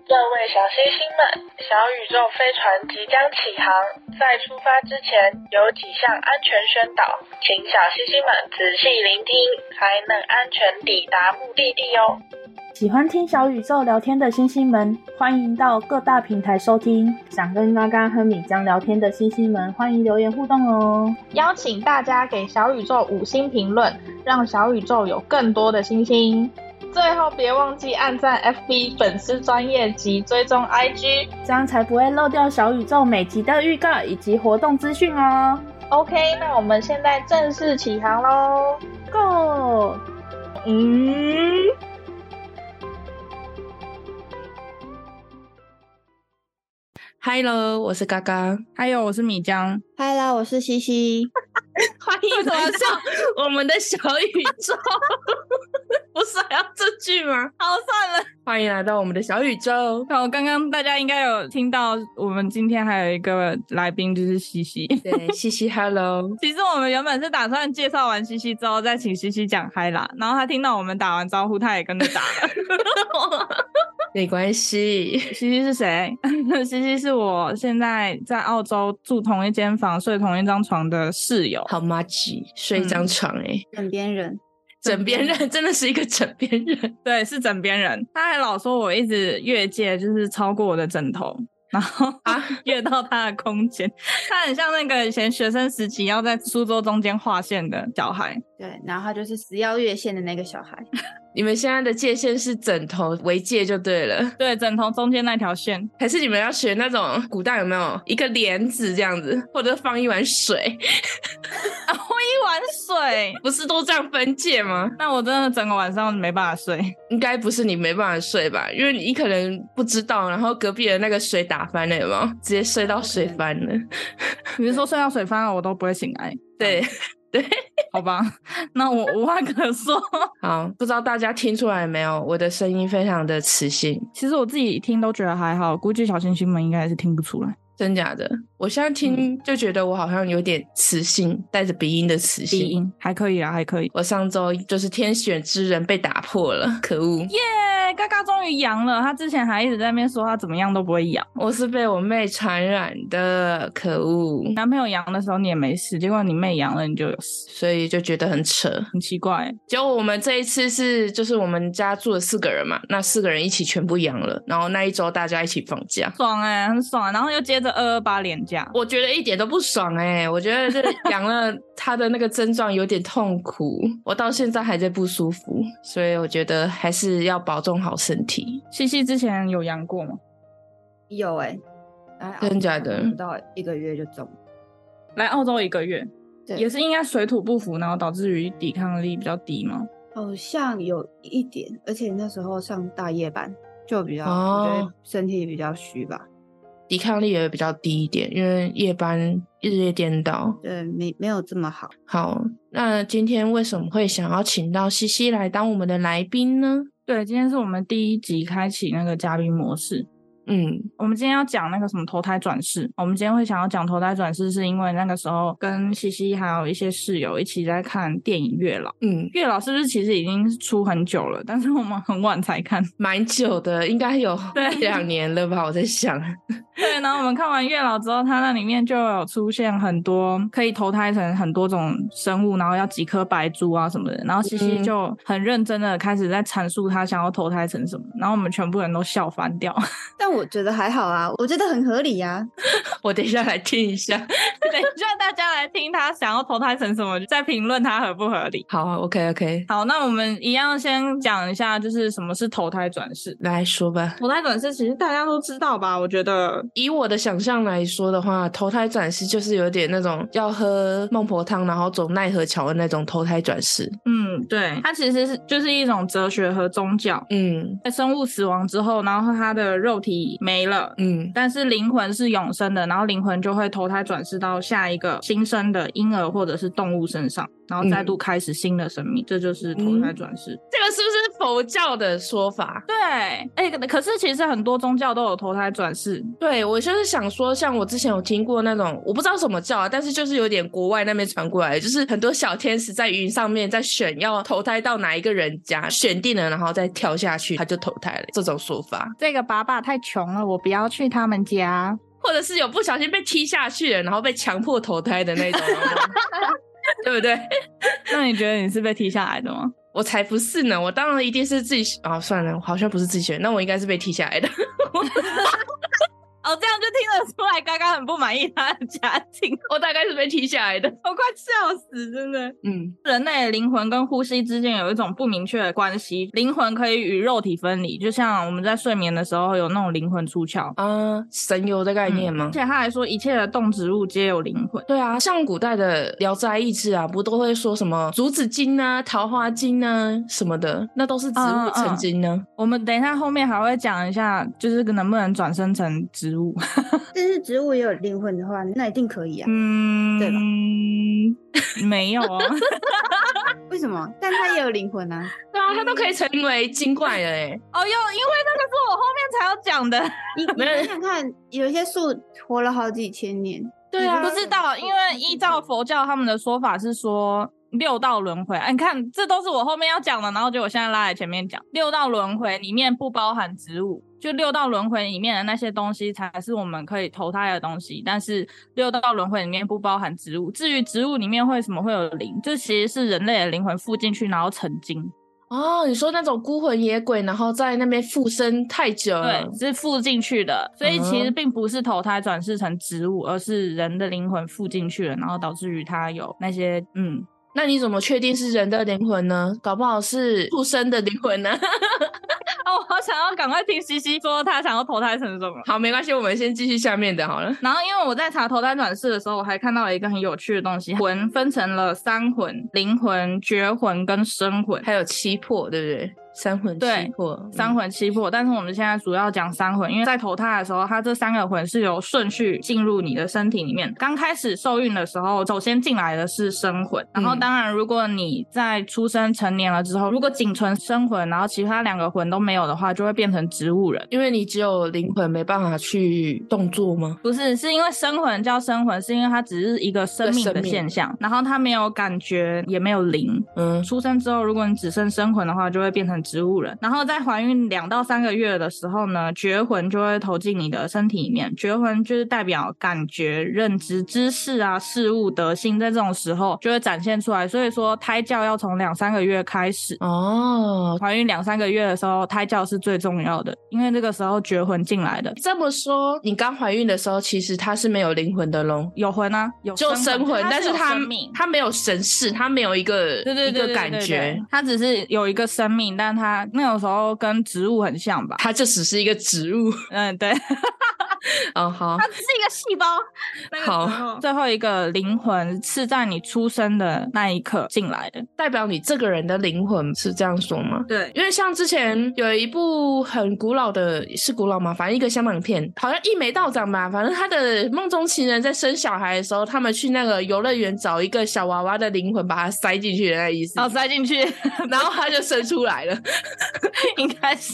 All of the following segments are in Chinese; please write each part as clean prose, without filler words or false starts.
各位小星星们，小宇宙飞船即将起航，在出发之前有几项安全宣导，请小星星们仔细聆听，才能安全抵达目的地哦。 喜欢听小宇宙聊天的星星们，欢迎到各大平台收听。想跟嘎嘎和米江聊天的星星们，欢迎留言互动哦。 邀请大家给小宇宙5星评论，让小宇宙有更多的星星。最后别忘记按赞 FB 粉丝专页及追踪 IG， 这样才不会漏掉小宇宙每集的预告以及活动资讯哦。 OK， 那我们现在正式起航咯 Go！ 嗨喽，我是嘎嘎， 还有我是米江， 嗨啦，我是西西。 欢迎来到我们的小宇宙。不是还要这句吗？ 好，算了。 欢迎来到我们的小宇宙。 好，刚刚大家应该有听到，我们今天还有一个来宾，就是西西。 对，西西 ，Hello。 其实我们原本是打算介绍完西西之后，再请西西讲嗨啦。然后他听到我们打完招呼，他也跟着打了。 没关系。 西西是谁？西西是我现在在澳洲住同一间房、睡同一张床的室友。 好麻吉，睡一张床枕边人。 枕边人真的是一个枕边人。 对，是枕边人。他还老说我一直越界，就是超过我的枕头，然后越到他的空间。他很像那个以前学生时期要在书桌中间划线的小孩。 对，然后他就是死要越线的那个小孩。 你们现在的界限是枕头为界就对了。 对，枕头中间那条线。 还是你们要学那种古代有没有一个帘子这样子，或者放一碗水？ 一碗水不是都这样分界吗？ 那我真的整个晚上没办法睡。 应该不是你没办法睡吧，因为你可能不知道，然后隔壁的那个水打翻了有没有，直接睡到水翻了。 你是说睡到水翻了我都不会醒来？ 对对， 好吧，那我无话可说。 好，不知道大家听出来没有，我的声音非常的磁性。 其实我自己听都觉得还好，估计小星星们应该也是听不出来。 真假的？我现在听就觉得我好像有点磁性，带着鼻音的磁性。 鼻音还可以啊，还可以。 我上周就是天选之人被打破了，可恶！ 耶，嘎嘎终于阳了。他之前还一直在那边说他怎么样都不会阳。 我是被我妹传染的，可恶！ 男朋友阳的时候你也没事，结果你妹阳了你就有事， 所以就觉得很扯， 很奇怪。 结果我们这一次是就是我们家住了4个人嘛，那4个人一起全部阳了，然后那一周大家一起放假， 爽很爽。然后又接着228连假， 我觉得一点都不爽我觉得这阳了他的那个症状有点痛苦，我到现在还在不舒服，所以我觉得还是要保重好身体。 西西之前有阳过吗？ 有真假的？ 不到1个月就中。 来澳洲1个月， 对， 也是应该水土不服，然后导致于抵抗力比较低吗？ 好像有一点，而且那时候上大夜班就比较，我觉得身体比较虚吧。 抵抗力也比较低一点，因为夜班日夜颠倒， 对，没有这么好。 好，那今天为什么会想要请到西西来当我们的来宾呢？ 对，今天是我们第1集开启那个嘉宾模式。我们今天要讲那个什么投胎转世。我们今天会想要讲投胎转世，是因为那个时候跟西西还有一些室友一起在看电影《月老》。月老是不是其实已经出很久了，但是我们很晚才看？ 蛮久的，应该有1-2年了吧，我在想。 对，然后我们看完月老之后，它那里面就有出现很多可以投胎成很多种生物，然后要几颗白珠啊什么的，然后西西就很认真的开始在阐述他想要投胎成什么，然后我们全部人都笑翻掉。 但我觉得还好啊，我觉得很合理啊。 我等一下来听一下。 等一下大家来听他想要投胎成什么，再评论他合不合理。 好 OK。 好，那我们一样先讲一下就是什么是投胎转世。 来说吧。 投胎转世其实大家都知道吧，我觉得以我的想象来说的话，投胎转世就是有点那种要喝孟婆汤然后走奈何桥的那种投胎转世。 对，它其实就是一种哲学和宗教。在生物死亡之后，然后它的肉体没了，但是灵魂是永生的，然后灵魂就会投胎转世到下一个新生的婴儿或者是动物身上。 然后再度开始新的生命，这就是投胎转世。 这个是不是佛教的说法？ 对，可是其实很多宗教都有投胎转世。 对，我就是想说，像我之前有听过那种，我不知道什么教啊，但是就是有点国外那边传过来，就是很多小天使在云上面在选要投胎到哪一个人家，选定了然后再跳下去他就投胎了，这种说法。 这个爸爸太穷了，我不要去他们家。 或者是有不小心被踢下去了，然后被强迫投胎的那种对不对？ 那你觉得你是被踢下来的吗？ 我才不是呢，我当然一定是自己算了，我好像不是自己选，那我应该是被踢下来的这样就听得出来刚刚很不满意他的家庭。 我大概是被踢下来的， 我快笑死，真的。人类的灵魂跟呼吸之间有一种不明确的关系，灵魂可以与肉体分离，就像我们在睡眠的时候有那种灵魂出窍神游的概念吗？ 而且他还说一切的动植物皆有灵魂。 对啊，像古代的聊斋异志啊，不都会说什么竹子精啊、桃花精啊什么的，那都是植物成精呢。 我们等一下后面还会讲一下，就是能不能转生成植物。 但是植物也有灵魂的话，那一定可以啊。对吧？ 没有啊。 为什么？但它也有灵魂啊。 对啊，它都可以成为精怪了因为那个是我后面才要讲的。 你想想看，有一些树活了好几千年。 对啊，不知道，因为依照佛教他们的说法是说6道轮回。你看，这都是我后面要讲的，然后结果现在拉来前面讲。6道轮回里面不包含植物，就6道轮回里面的那些东西才是我们可以投胎的东西，但是6道轮回里面不包含植物。至于植物里面为什么会有灵，这其实是人类的灵魂附进去然后成精。 你说那种孤魂野鬼然后在那边附身太久了。 对，是附进去的，所以其实并不是投胎转世成植物，而是人的灵魂附进去了，然后导致于它有那些那你怎么确定是人的灵魂呢？搞不好是畜生的灵魂呢我好想要赶快听西西说他想要投胎成什么。 好，没关系，我们先继续下面的好了。 然后因为我在查投胎转世的时候，我还看到了一个很有趣的东西，魂分成了3魂：灵魂、觉魂跟生魂， 还有七魄，对不对？3魂7魄 ，3魂7魄。但是我们现在主要讲3魂，因为在投胎的时候，它这3个魂是有顺序进入你的身体里面。刚开始受孕的时候，首先进来的是生魂，然后当然如果你在出生成年了之后，如果仅存生魂，然后其他2个魂都没有的话，就会变成植物人。 因为你只有灵魂没办法去动作吗？ 不是，是因为生魂叫生魂，是因为它只是一个生命的现象，然后它没有感觉也没有灵。出生之后如果你只剩生魂的话，就会变成植物人。然后在怀孕2到3个月的时候呢，觉魂就会投进你的身体里面。觉魂就是代表感觉、认知、知识啊、事物、德性，在这种时候就会展现出来。所以说胎教要从2-3个月开始。怀孕2-3个月的时候，胎教是最重要的，因为这个时候觉魂进来的。 这么说，你刚怀孕的时候，其实它是没有灵魂的咯？ 有魂啊，有就生魂，但是它没有神识，它没有一个一个感觉， 它只是有一个生命，但它那种时候跟植物很像吧？ 它就只是一个植物。 对。 好， 它只是一个细胞。好，最后一个灵魂是在你出生的那一刻进来的， 代表你这个人的灵魂，是这样说吗？ 对， 因为像之前有一部很古老的，是古老吗？反正一个香港片，好像一眉道长吧，反正他的梦中情人在生小孩的时候，他们去那个游乐园找一个小娃娃的灵魂，把它塞进去的那个意思。 塞进去， 然后他就生出来了。 应该是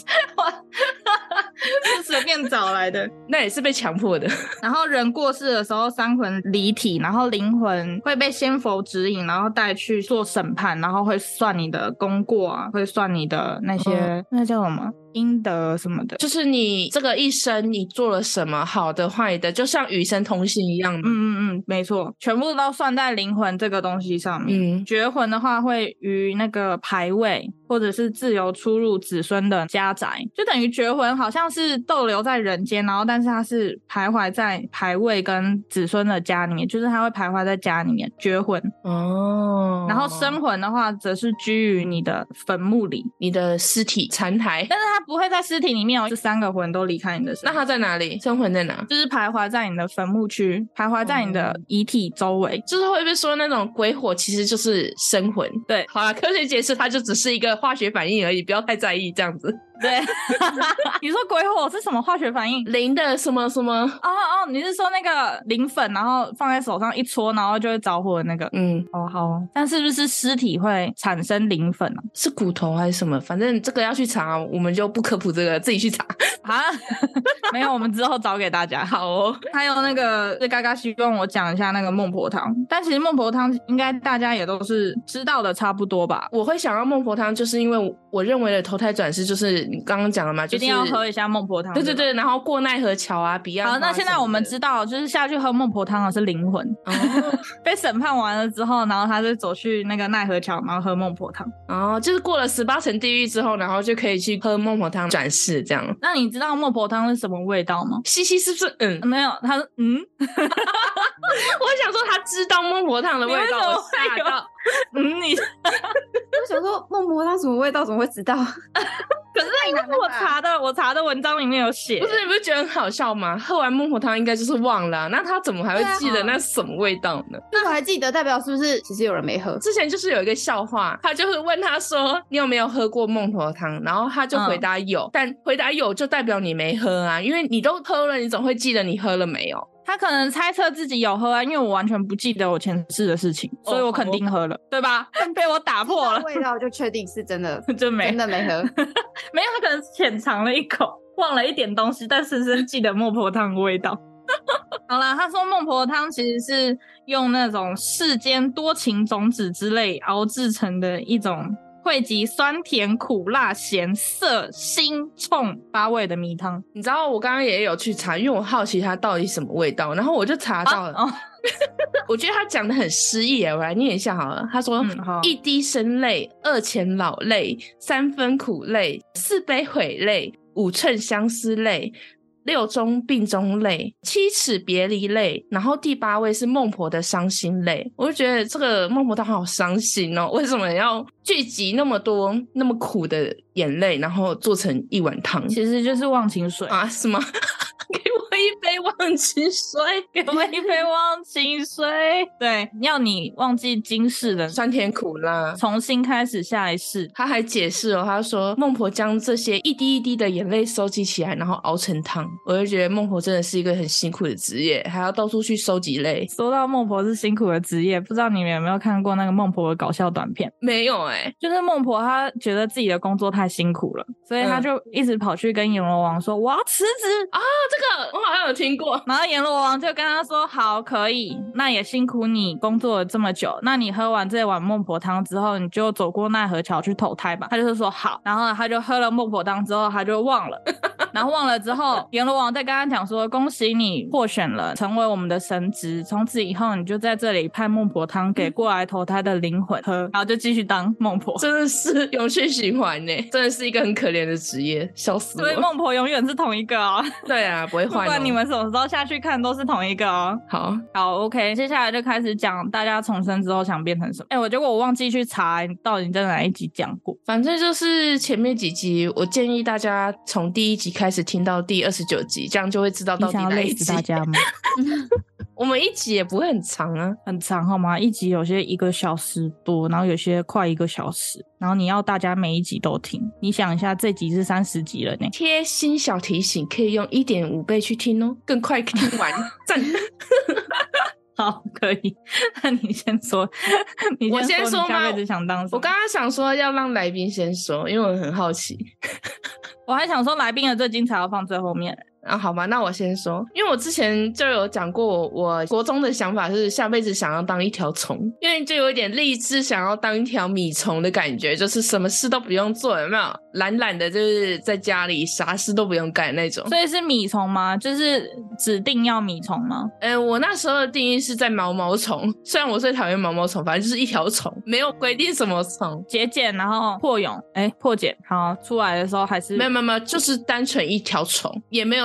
是随便找来的， 那也是被强迫的。 然后人过世的时候，3魂离体，然后灵魂会被仙佛指引，然后带去做审判，然后会算你的功过啊，会算你的那些那叫什么阴德什么的， 就是你这个一生你做了什么好的坏的，就像与神同行一样的。 没错，全部都算在灵魂这个东西上面。觉魂的话会于那个牌位或者是自由出入子孙的家宅，就等于觉魂好像是逗留在人间，然后但是它是徘徊在牌位跟子孙的家里面，就是它会徘徊在家里面觉魂。然后生魂的话则是居于你的坟墓里， 你的尸体残骸， 但是它不会在尸体里面这3个魂都离开你的身体。 那它在哪里？生魂在哪？ 就是徘徊在你的坟墓区，徘徊在你的遗体周围。 就是会不会说那种鬼火其实就是生魂？ 对， 好啦，科学解释它就只是一个化学反应而已，不要太在意这样子。 对，你说鬼火是什么化学反应？ 磷的什么什么？ 哦，你是说那个磷粉，然后放在手上一搓，然后就会着火的那个？好。但是不是尸体会产生磷粉啊？ 是骨头还是什么？反正这个要去查，我们就不科普这个，自己去查。 没有，我们之后找给大家。 好哦。 还有那个嘎嘎希望我讲一下那个孟婆汤，但其实孟婆汤应该大家也都是知道的差不多吧。 我会想要孟婆汤，就是因为我认为的投胎转世就是你刚刚讲了嘛，就是一定要喝一下孟婆汤。 对，然后过奈何桥啊，彼岸花。 好，那现在我们知道，就是下去喝孟婆汤的是灵魂。被审判完了之后，然后他就走去那个奈何桥，然后喝孟婆汤。 就是过了18层地狱之后，然后就可以去喝孟婆汤转世这样。 那你知道孟婆汤是什么味道吗？ 西西是不是没有，他说我想说他知道孟婆汤的味道，我吓到。 你我想说孟婆汤什么味道，怎么会知道？ 可是因为我查的文章里面有写。 不是，你不是觉得很好笑吗？喝完孟婆汤应该就是忘了那他怎么还会记得那什么味道呢？ 那我还记得，代表是不是其实有人没喝？ 之前就是有一个笑话，他就是问他说你有没有喝过孟婆汤，然后他就回答有，但回答有就代表你没喝啊，因为你都喝了，你总会记得你喝了没有。 他可能猜测自己有喝啊，因为我完全不记得我前世的事情，所以我肯定喝了，对吧？被我打破了味道，就确定是真的， 真的没喝。 没有，他可能浅尝了一口，忘了一点东西，但深深记得孟婆汤的味道。好啦，他说孟婆汤其实是用那种世间多情种子之类熬制成的一种汇集酸甜苦辣咸涩辛冲8味的米汤。 你知道我刚刚也有去查，因为我好奇它到底什么味道，然后我就查到了。我觉得他讲的很诗意耶，我来念一下好了。他说1滴生泪，2钱老泪，3分苦泪，4杯悔泪，5寸相思泪，6中病中泪，7尺别离泪，然后第8位是孟婆的伤心泪。我就觉得这个孟婆汤好伤心哦，为什么要聚集那么多那么苦的眼泪，然后做成一碗汤？ 其实就是忘情水啊？什么？给我一杯忘情水， 给我一杯忘情水。对，要你忘记今世的酸甜苦辣， 重新开始下一世。 他还解释哦，他说孟婆将这些一滴一滴的眼泪收集起来，然后熬成汤。我就觉得孟婆真的是一个很辛苦的职业，还要到处去收集泪。 说到孟婆是辛苦的职业，不知道你们有没有看过那个孟婆的搞笑短片？ 没有就是孟婆她觉得自己的工作太辛苦了，所以她就一直跑去跟阎罗王说我要辞职啊。这个我好像有听过。 然后阎罗王就跟他说好，可以，那也辛苦你工作了这么久，那你喝完这碗孟婆汤之后，你就走过奈何桥去投胎吧。他就是说好，然后他就喝了孟婆汤之后他就忘了然后忘了之后阎罗王再跟他讲说恭喜你获选了成为我们的神职，从此以后你就在这里派孟婆汤给过来投胎的灵魂喝，然后就继续当孟婆。 真的是永续循环耶，真的是一个很可怜的职业，笑死我。 所以孟婆永远是同一个哦。 对啊，不会换不管你们什么时候下去看都是同一个哦。 好 OK， 接下来就开始讲大家重生之后想变成什么。我结果我忘记去查到底在哪一集讲过， 反正就是前面几集，我建议大家从第1集开始听到第29集，这样就会知道到底哪一集。 你想要累死大家吗？ 我们1集也不会很长啊， 很长好吗？1集有些1个小时多，然后有些快1个小时，然后你要大家每一集都听。你想一下，这集是30集了呢。 贴心小提醒，可以用1.5倍去听哦，更快听完。赞。 好，可以。那你先说， 我先说吗？ 你下辈子想当什么？ 我刚刚想说要让来宾先说，因为我很好奇。 我还想说来宾的最精彩要放最后面。 好吧，那我先说，因为我之前就有讲过，我国中的想法是下辈子想要当一条虫，因为就有一点立志想要当一条米虫的感觉，就是什么事都不用做，有没有？懒懒的，就是在家里啥事都不用干那种。 所以是米虫吗？就是指定要米虫吗？ 我那时候的定义是在毛毛虫，虽然我最讨厌毛毛虫，反正就是一条虫，没有规定什么虫。 节俭，然后破蛹，破茧，好，出来的时候还是没有，就是单纯一条虫，也没有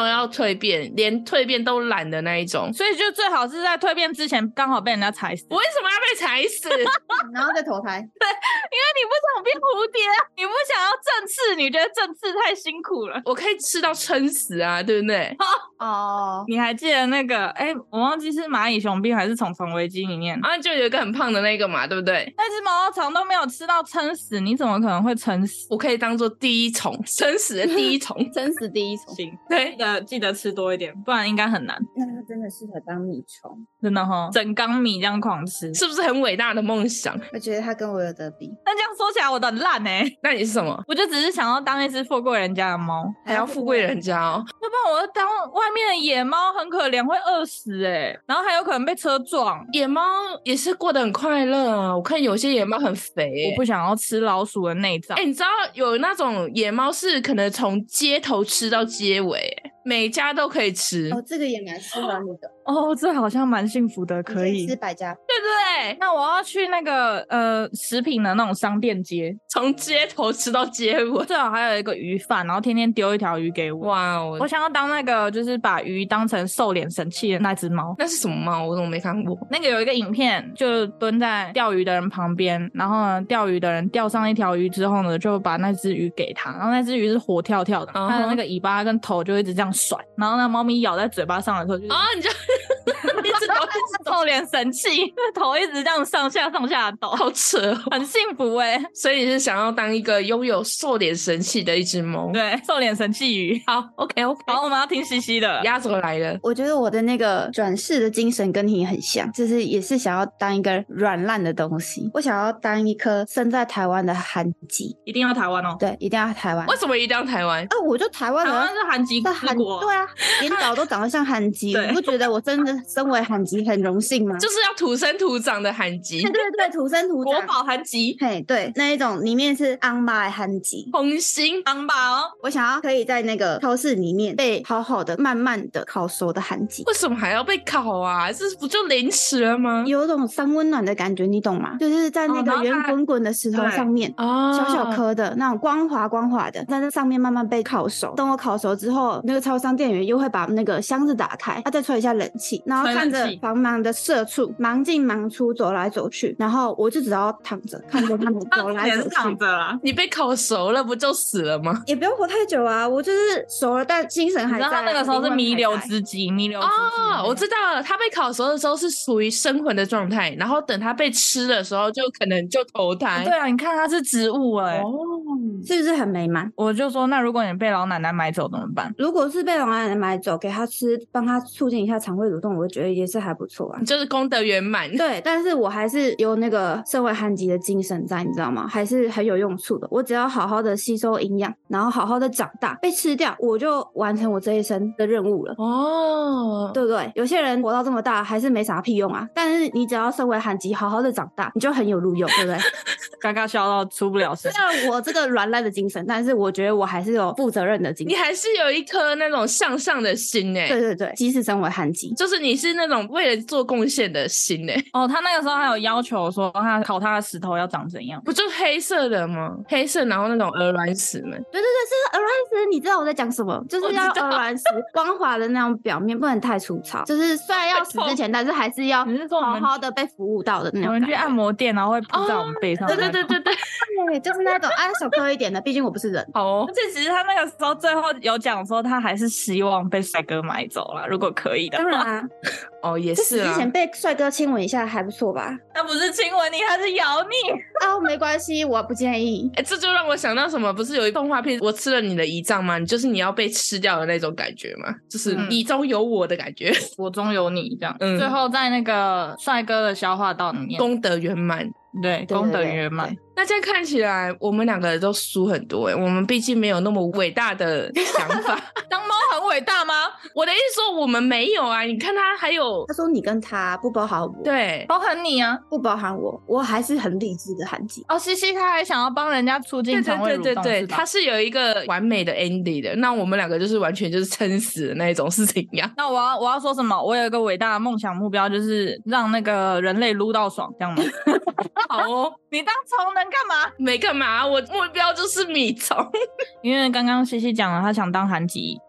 要蜕变，连蜕变都懒的那一种， 所以就最好是在蜕变之前刚好被人家踩死。 我为什么要被踩死？ 然后再投胎。 对，因为你不想变蝴蝶，你不想要振翅，你觉得振翅太辛苦了。 我可以吃到撑死啊，对不对？ 哦， 你还记得那个我忘记是蚂蚁雄兵还是虫虫危机里面啊，就有一个很胖的那个嘛，对不对？ 那只毛毛虫都没有吃到撑死，你怎么可能会撑死？ 我可以当做第一虫，撑死的第一虫。 撑死第一虫。 行， 对， 记得吃多一点，不然应该很难。 那它真的适合当米虫， 真的齁，整缸米这样狂吃， 是不是很伟大的梦想？ 我觉得它跟我有得比。 但这样说起来我的很烂那你是什么？ 我就只是想要当一只富贵人家的猫， 还要富贵人家哦， 要不然我当外面的野猫很可怜，会饿死然后还有可能被车撞。 野猫也是过得很快乐啊，我看有些野猫很肥我不想要吃老鼠的内脏。 你知道有那种野猫是可能从街头吃到街尾每家都可以吃哦，这个也蛮适合你的哦，这好像蛮幸福的，可以吃百家， 对不对？那我要去那个食品的那种商店街， 从街头吃到街尾， 最好还有一个鱼贩，然后天天丢一条鱼给我。 哇我想要当那个就是把鱼当成瘦脸神器的那只猫。 那是什么猫？我怎么没看过？ 那个有一个影片，就蹲在钓鱼的人旁边，然后呢，钓鱼的人钓上一条鱼之后呢，就把那只鱼给他，然后那只鱼是活跳跳的，它的那个尾巴跟头就一直这样甩，然后那猫咪咬在嘴巴上的时候就你就一直抖， 瘦脸神器，头一直这样上下抖， 好扯很幸福所以你是想要当一个拥有瘦脸神器的一只猫？ 对，瘦脸神器鱼。 好 ，OK， 好，我们要听西西的压轴来了。 我觉得我的那个转世的精神跟你很像，就是也是想要当一个软烂的东西。我想要当一颗生在台湾的韩籍， 一定要台湾哦。 对，一定要台湾。 为什么一定要台湾？ 我就台湾人， 台湾是韩籍之国。 对啊，连岛都长得像韩籍，你不觉得我真的身为韩籍很荣幸吗？ 就是要土生土长的韩籍。 对对对，土生土长国宝韩籍。 嘿，对，那一种里面是昂巴的韩籍， 红心昂巴哦。 我想要可以在那个超市里面被好好的、慢慢的烤熟的韩籍。 为什么还要被烤啊？这不就零食了吗？ 有种三温暖的感觉，你懂吗？就是在那个圆滚滚的石头上面，小小颗的那种光滑的，在那上面慢慢被烤熟。等我烤熟之后，那个超商店员又会把那个箱子打开，他再吹一下冷气，然后看着繁忙的社畜忙进忙出走来走去，然后我就只要躺着看着他们走来走去。 躺着啦， 你被烤熟了不就死了吗？ 也不用活太久啊，我就是熟了，但精神还在。 然后那个时候是弥留之际， 我知道了，他被烤熟的时候是属于生魂的状态，然后等他被吃的时候就可能就投胎。 对啊，你看它是植物是不是很美满？ 我就说，那如果你被老奶奶买走怎么办？ 如果是被老奶奶买走，给她吃，帮她促进一下肠胃蠕动，我觉得也是还不错啊， 就是功德圆满。 对，但是我还是有那个身为韩籍的精神在，你知道吗？还是很有用处的。我只要好好的吸收营养，然后好好的长大，被吃掉，我就完成我这一生的任务了。对不对？有些人活到这么大还是没啥屁用啊，但是你只要身为韩籍，好好的长大，你就很有路用，对不对？ 刚刚笑到出不了声。 虽然我这个软烂的精神，但是我觉得我还是有负责任的精神。 你还是有一颗那种向上的心对对对，即使身为韩籍， 就是你是那种为了做贡献的心他那个时候还有要求说他烤他的石头要长怎样， 不就黑色的吗？黑色，然后那种鹅卵石们。 对对对，是鹅卵石，你知道我在讲什么？就是要鹅卵石光滑的那种表面，不能太粗糙。就是虽然要死之前，但是还是要好好的被服务到的那种。 我们去按摩店，然后会铺在我们背上。 对对对对对，就是那种小颗一点的，毕竟我不是人。 而且其实他那个时候最后有讲说，他还是希望被帅哥买走了，如果可以的话。 当然啊， 也是啊。 之前被帅哥亲吻一下还不错吧？ 他不是亲吻你，他是咬你。 没关系，我不介意。 这就让我想到什么？不是有一动画片，我吃了你的胰脏吗？就是你要被吃掉的那种感觉吗？就是你中有我的感觉， 我中有你这样。最后在那个帅哥的消化道里面， 功德圆满。 对，功德圆满。 那这样看起来，我们两个人都输很多我们毕竟没有那么伟大的想法。 当猫很伟大吗？ 我的意思说，我们没有啊。你看他还有， 他说你跟他不包含我， 对， 包含你啊， 不包含我，我还是很理智的韩籍。 西西他还想要帮人家促进肠胃蠕动， 对，他是有一个完美的 ending 的。那我们两个就是完全就是撑死的那一种，是怎样？ 那我要说什么？我有一个伟大的梦想目标，就是让那个人类撸到爽，这样吗？ 好你当虫能干嘛？ 没干嘛，我目标就是米虫。 因为刚刚西西讲了，他想当韩籍，因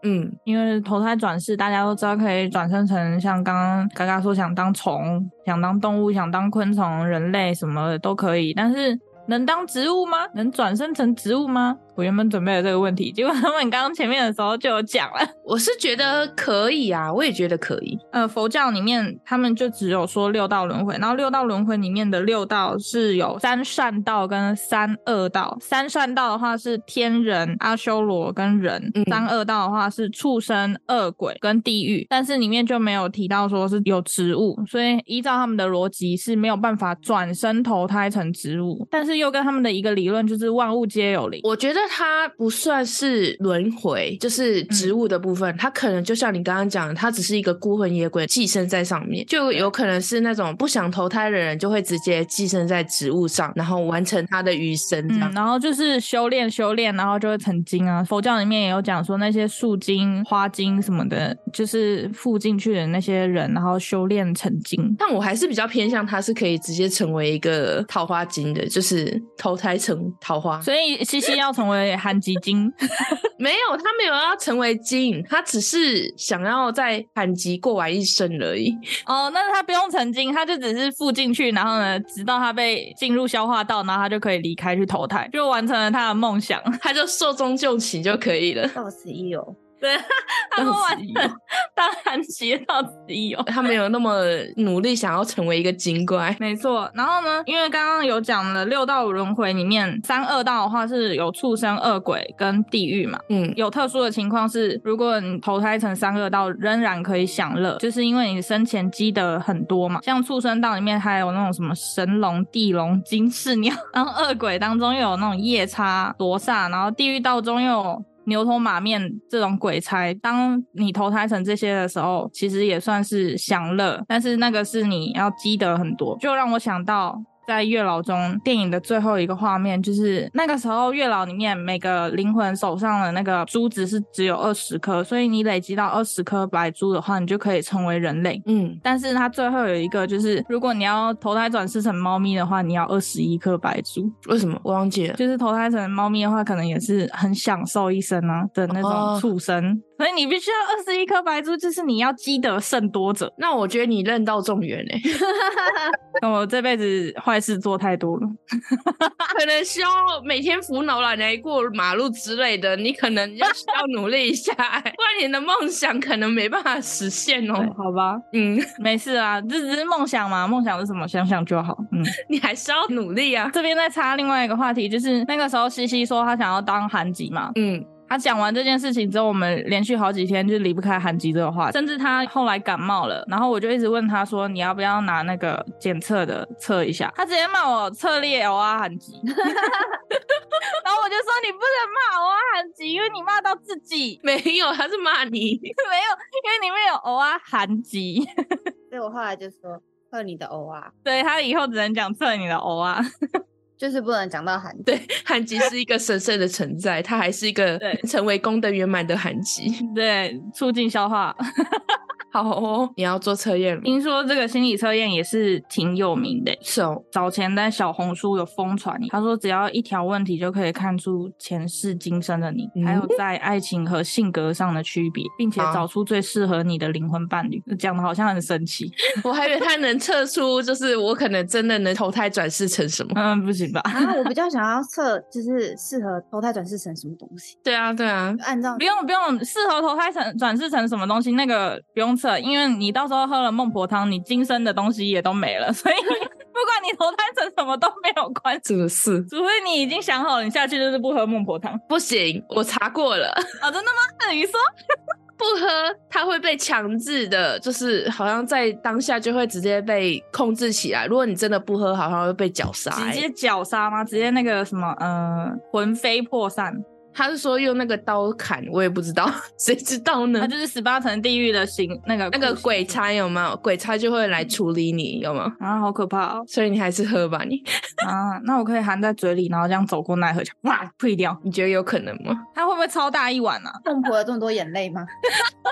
因为投胎转世大家都知道可以转生成像刚刚嘎嘎说想当虫、想当动物、想当昆虫、人类什么的都可以，但是能当植物吗？能转生成植物吗？我原本准备了这个问题，结果他们刚刚前面的时候就有讲了。 我是觉得可以啊，我也觉得可以。 佛教里面他们就只有说六道轮回，然后六道轮回里面的六道是有三善道跟三恶道。三善道的话是天人、阿修罗跟人，三恶道的话是畜生、恶鬼跟地狱，但是里面就没有提到说是有植物，所以依照他们的逻辑是没有办法转生投胎成植物，但是又跟他们的一个理论就是万物皆有灵。 我觉得它不算是轮回，就是植物的部分，它可能就像你刚刚讲的，它只是一个孤魂野鬼寄生在上面，就有可能是那种不想投胎的人就会直接寄生在植物上，然后完成他的余生这样。 然后就是修炼，然后就会成精啊。佛教里面也有讲说那些树精、花精什么的，就是附进去的那些人，然后修炼成精。 但我还是比较偏向他是可以直接成为一个桃花精的，就是投胎成桃花。 所以西西要成为韩吉精没有，他没有要成为精，他只是想要在韩吉过完一生而已。 哦，那他不用成精，他就只是附进去，然后呢直到他被进入消化道，然后他就可以离开去投胎，就完成了他的梦想， 他就寿终正寝就可以了。 到此一游。 对，他们完成当韩吉到此一游， 他没有那么努力想要成为一个精怪。 没错。然后呢，因为刚刚有讲了六道轮回里面三恶道的话是有畜生、恶鬼跟地狱嘛，有特殊的情况是如果你投胎成三恶道仍然可以享乐，就是因为你生前积德很多嘛，像畜生道里面还有那种什么神龙、地龙、金翅鸟，然后恶鬼当中又有那种夜叉、罗刹，然后地狱道中又有牛头马面这种鬼差，当你投胎成这些的时候其实也算是享乐，但是那个是你要积德很多，就让我想到在月老中电影的最后一个画面，就是那个时候月老里面每个灵魂手上的那个珠子是只有20颗，所以你累积到20颗白珠的话你就可以成为人类。但是它最后有一个就是如果你要投胎转世成猫咪的话你要21颗白珠。 为什么？我忘记了。 就是投胎成猫咪的话可能也是很享受一生啊的那种畜生，所以你必须要21颗白珠，就是你要积德甚多者。 那我觉得你任道中原我这辈子坏事做太多了可能需要每天扶老奶奶过马路之类的，你可能要需要努力一下不然你的梦想可能没办法实现哦。 好吧，没事啊，这只是梦想嘛，梦想是什么想想就好。 你还是要努力啊。 这边再插另外一个话题，就是那个时候西西说他想要当韩吉嘛，他讲完这件事情之后，我们连续好几天就离不开韩吉这个话，甚至他后来感冒了，然后我就一直问他说你要不要拿那个检测的测一下，他直接骂我侧列欧啊韩吉然后我就说你不能骂欧啊韩吉，因为你骂到自己。 没有，他是骂你。 没有，因为里面有欧啊韩吉所以我后来就说测你的欧啊， 对，他以后只能讲测你的欧啊就是不能讲到韩吉。 对，韩吉是一个神圣的存在，他还是一个成为功德圆满的韩吉。 对，促进消化好哦，你要做测验了。 听说这个心理测验也是挺有名的， 是哦， 早前在小红书有疯传，他说只要一条问题就可以看出前世今生的你，还有在爱情和性格上的区别，并且找出最适合你的灵魂伴侣。讲的好像很神奇我还以为他能测出就是我可能真的能投胎转世成什么。 不行吧然后我比较想要测就是适合投胎转世成什么东西。 对啊对啊， 按照不用适合投胎转世成什么东西那个不用测，因为你到时候喝了孟婆汤你今生的东西也都没了，所以不管你投胎成什么都没有关系。 真的是， 除非你已经想好了你下去就是不喝孟婆汤。 不行，我查过了真的吗？那你说不喝它会被强制的，就是好像在当下就会直接被控制起来，如果你真的不喝好像会被绞杀。 直接绞杀吗？直接那个什么魂飞魄散。 他是说用那个刀砍，我也不知道谁知道呢。 他就是18层地狱的那个鬼差有没有？鬼差就会来处理你，有吗？ 啊，好可怕哦！ 所以你还是喝吧你那我可以含在嘴里然后这样走过奈何桥哇退掉， 你觉得有可能吗？ 他会不会超大一碗啊？ 孟婆有这么多眼泪吗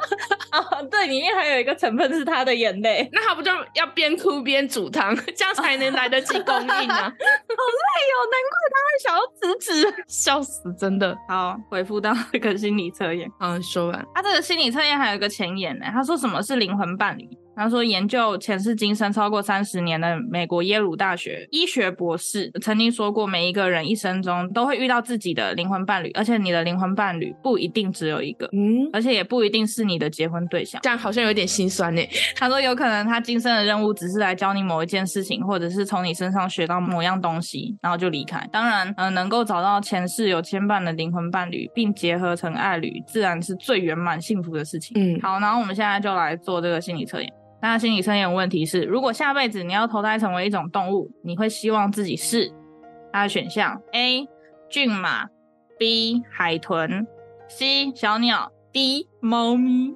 对，里面还有一个成分是他的眼泪， 那他不就要边哭边煮汤，这样才能来得及供应啊？好累哦，难怪他会想要辞职， 笑死，真的。 好，回复到这个心理测验。 说完。 他这个心理测验还有一个前言呢，他说什么是灵魂伴侣？他说研究前世今生超过30年的美国耶鲁大学医学博士曾经说过，每一个人一生中都会遇到自己的灵魂伴侣，而且你的灵魂伴侣不一定只有一个，而且也不一定是你的结婚对象。 这样好像有点心酸耶。 他说有可能他今生的任务只是来教你某一件事情，或者是从你身上学到某样东西，然后就离开。当然能够找到前世有牵绊的灵魂伴侣并结合成爱侣，自然是最圆满幸福的事情。好，然后我们现在就来做这个心理测验。那心理测验问题是，如果下辈子你要投胎成为一种动物，你会希望自己是它的选项 A 骏马， B 海豚， C 小鸟， D 猫咪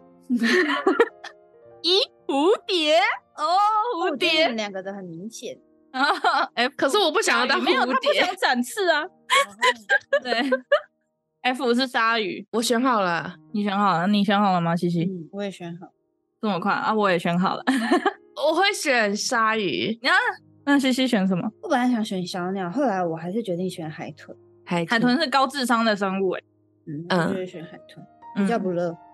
E 蝴蝶。蝴蝶， 你们两个的很明显。 可是我不想要当蝴蝶， 没有，他不想展翅啊。对，F 是鲨鱼。 我选好了。 你选好了？你选好了吗，西西？ 我也选好。 这么快啊！我也选好了。 我会选鲨鱼。 那西西选什么？ 我本来想选小鸟，后来我还是决定选海豚。 海豚是高智商的生物我就会选海豚，比较不热。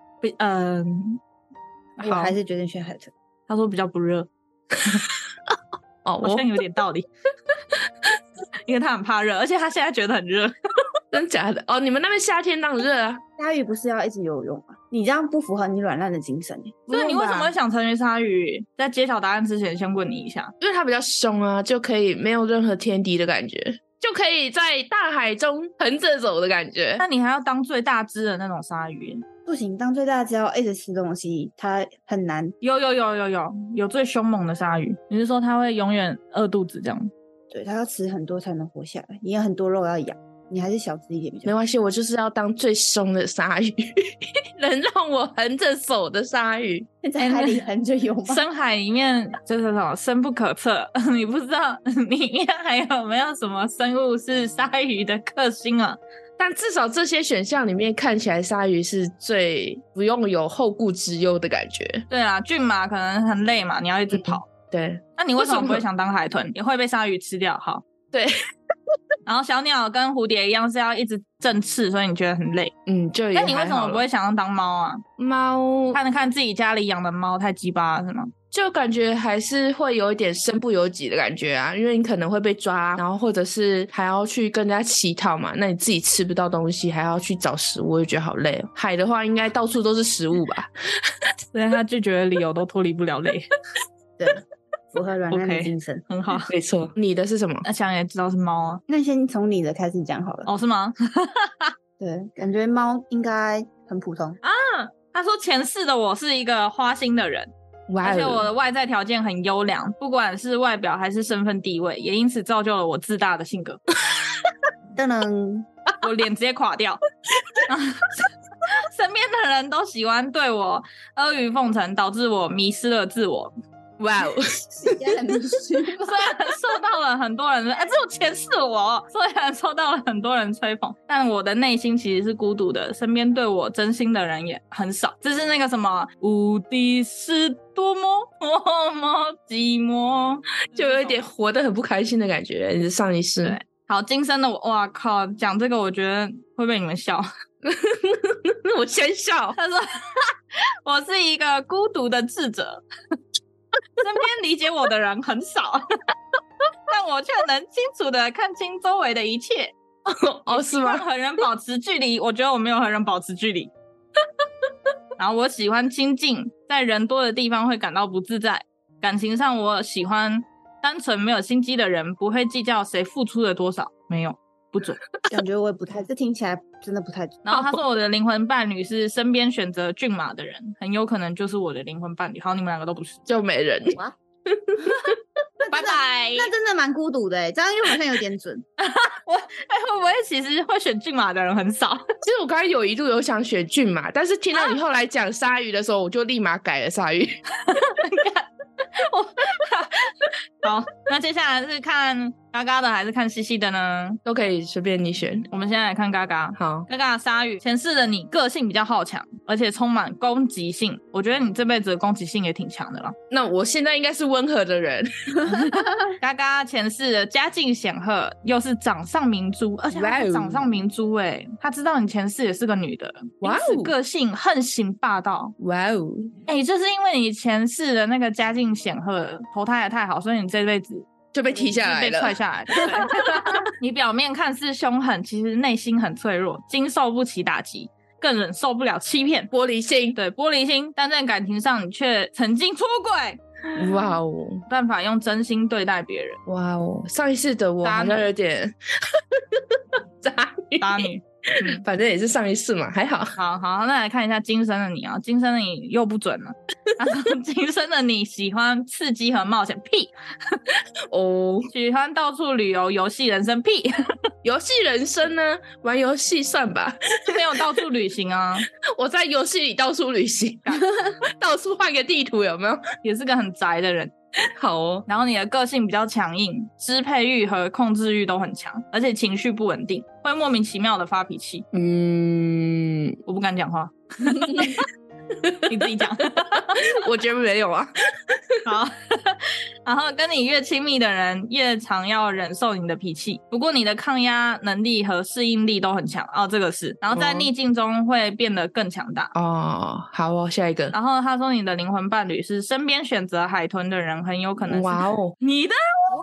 我还是决定选海豚。 他说比较不热。好像有点道理。因为他很怕热，而且他现在觉得很热。 真假的？你们那边夏天当然热啊。 鲨鱼不是要一直游泳吗？你这样不符合你软烂的精神。 所以你为什么会想成为鲨鱼？在揭晓答案之前先问你一下。 因为它比较凶啊，就可以没有任何天敌的感觉，就可以在大海中横着走的感觉。 那你还要当最大只的那种鲨鱼？ 不行，当最大只要一直吃东西，它很难。 有最凶猛的鲨鱼。你是说它会永远饿肚子这样？ 对，它要吃很多才能活下来，你有很多肉要养。你还是小只一点比较好。 没关系，我就是要当最凶的鲨鱼。能让我横着走的鲨鱼。 在海里横着游吗？ 深海里面就是什么深不可测。你不知道里面还有没有什么生物是鲨鱼的克星啊。 但至少这些选项里面看起来鲨鱼是最不用有后顾之忧的感觉。 对啊，骏马可能很累嘛，你要一直跑。 对， 那你为什么不会想当海豚？也会被鲨鱼吃掉。好， 对。 然后小鸟跟蝴蝶一样是要一直振翅，所以你觉得很累。 就那你为什么不会想要当猫啊？ 猫看自己家里养的猫太鸡巴了是吗？ 就感觉还是会有一点身不由己的感觉啊，因为你可能会被抓，然后或者是还要去跟人家乞讨嘛，那你自己吃不到东西还要去找食物，我就觉得好累哦。海的话应该到处都是食物吧。 所以他拒绝的理由都脱离不了累。 对，符合软烂的精神。 很好， 没错。你的是什么？ 那想也知道是猫啊。 那先从你的开始讲好了。 是吗？ 对，感觉猫应该很普通啊。他说前世的我是一个花心的人，而且我的外在条件很优良，不管是外表还是身份地位，也因此造就了我自大的性格。 当然， 我脸直接垮掉。身边的人都喜欢对我阿谀奉承，导致我迷失了自我。 哇哦！ 虽然受到了很多人这种前世我，虽然受到了很多人吹捧，但我的内心其实是孤独的，身边对我真心的人也很少。这是那个什么无敌是多么寂寞， 就有一点活得很不开心的感觉。你是上一世。 对，好，今生的我，哇靠，讲这个我觉得会被你们笑。 我先笑。 他说我是一个孤独的智者。身边理解我的人很少。但我却能清楚的看清周围的一切。 是吗？ 和人保持距离，我觉得我没有和人保持距离。然后我喜欢亲近，在人多的地方会感到不自在。感情上我喜欢单纯没有心机的人，不会计较谁付出了多少。没有，不准。 感觉我也不太，这听起来真的不太准。 然后他说我的灵魂伴侣是身边选择骏马的人，很有可能就是我的灵魂伴侣。好，你们两个都不是， 就没人。 拜拜。 那真的蛮孤独的耶，这样又好像有点准。 会不会其实会选骏马的人很少？ 其实我刚才一度有想选骏马，但是听到你后来讲鲨鱼的时候，我就立马改了鲨鱼。 好，那接下来是看嘎嘎的还是看西西的呢？ 都可以，随便你选。 我们现在来看嘎嘎。 好， 嘎嘎的鲨鱼，前世的你个性比较好强，而且充满攻击性。我觉得你这辈子的攻击性也挺强的啦。 那我现在应该是温和的人。 嘎嘎前世的家境显赫，又是掌上明珠，而且他是掌上明珠他知道你前世也是个女的，因此个性横行霸道。 哇哦， 就是因为你前世的那个家境显赫，投胎也太好，所以你这辈子就被踢下来了， 被踹下来了。你表面看似凶狠，其实内心很脆弱，经受不起打击，更忍受不了欺骗， 玻璃心。 对，玻璃心。但在感情上，你却曾经出轨。 哇哦， 办法用真心对待别人。 哇哦，上一世的我好像有点渣女。反正也是上一世嘛，还好。 好，那来看一下今生的你啊，今生的你又不准了。他说今生的你喜欢刺激和冒险，屁哦， 喜欢到处旅游，游戏人生，屁游戏人生呢？玩游戏算吧， 没有到处旅行啊。 我在游戏里到处旅行，到处换个地图，有没有？ 也是个很宅的人。 好哦， 然后你的个性比较强硬，支配欲和控制欲都很强，而且情绪不稳定，会莫名其妙的发脾气。我不敢讲话。你自己讲。 我觉得没有啊。 好，然后跟你越亲密的人越常要忍受你的脾气，不过你的抗压能力和适应力都很强这个是，然后在逆境中会变得更强大。 好哦，下一个。 然后他说你的灵魂伴侣是身边选择海豚的人，很有可能是你的。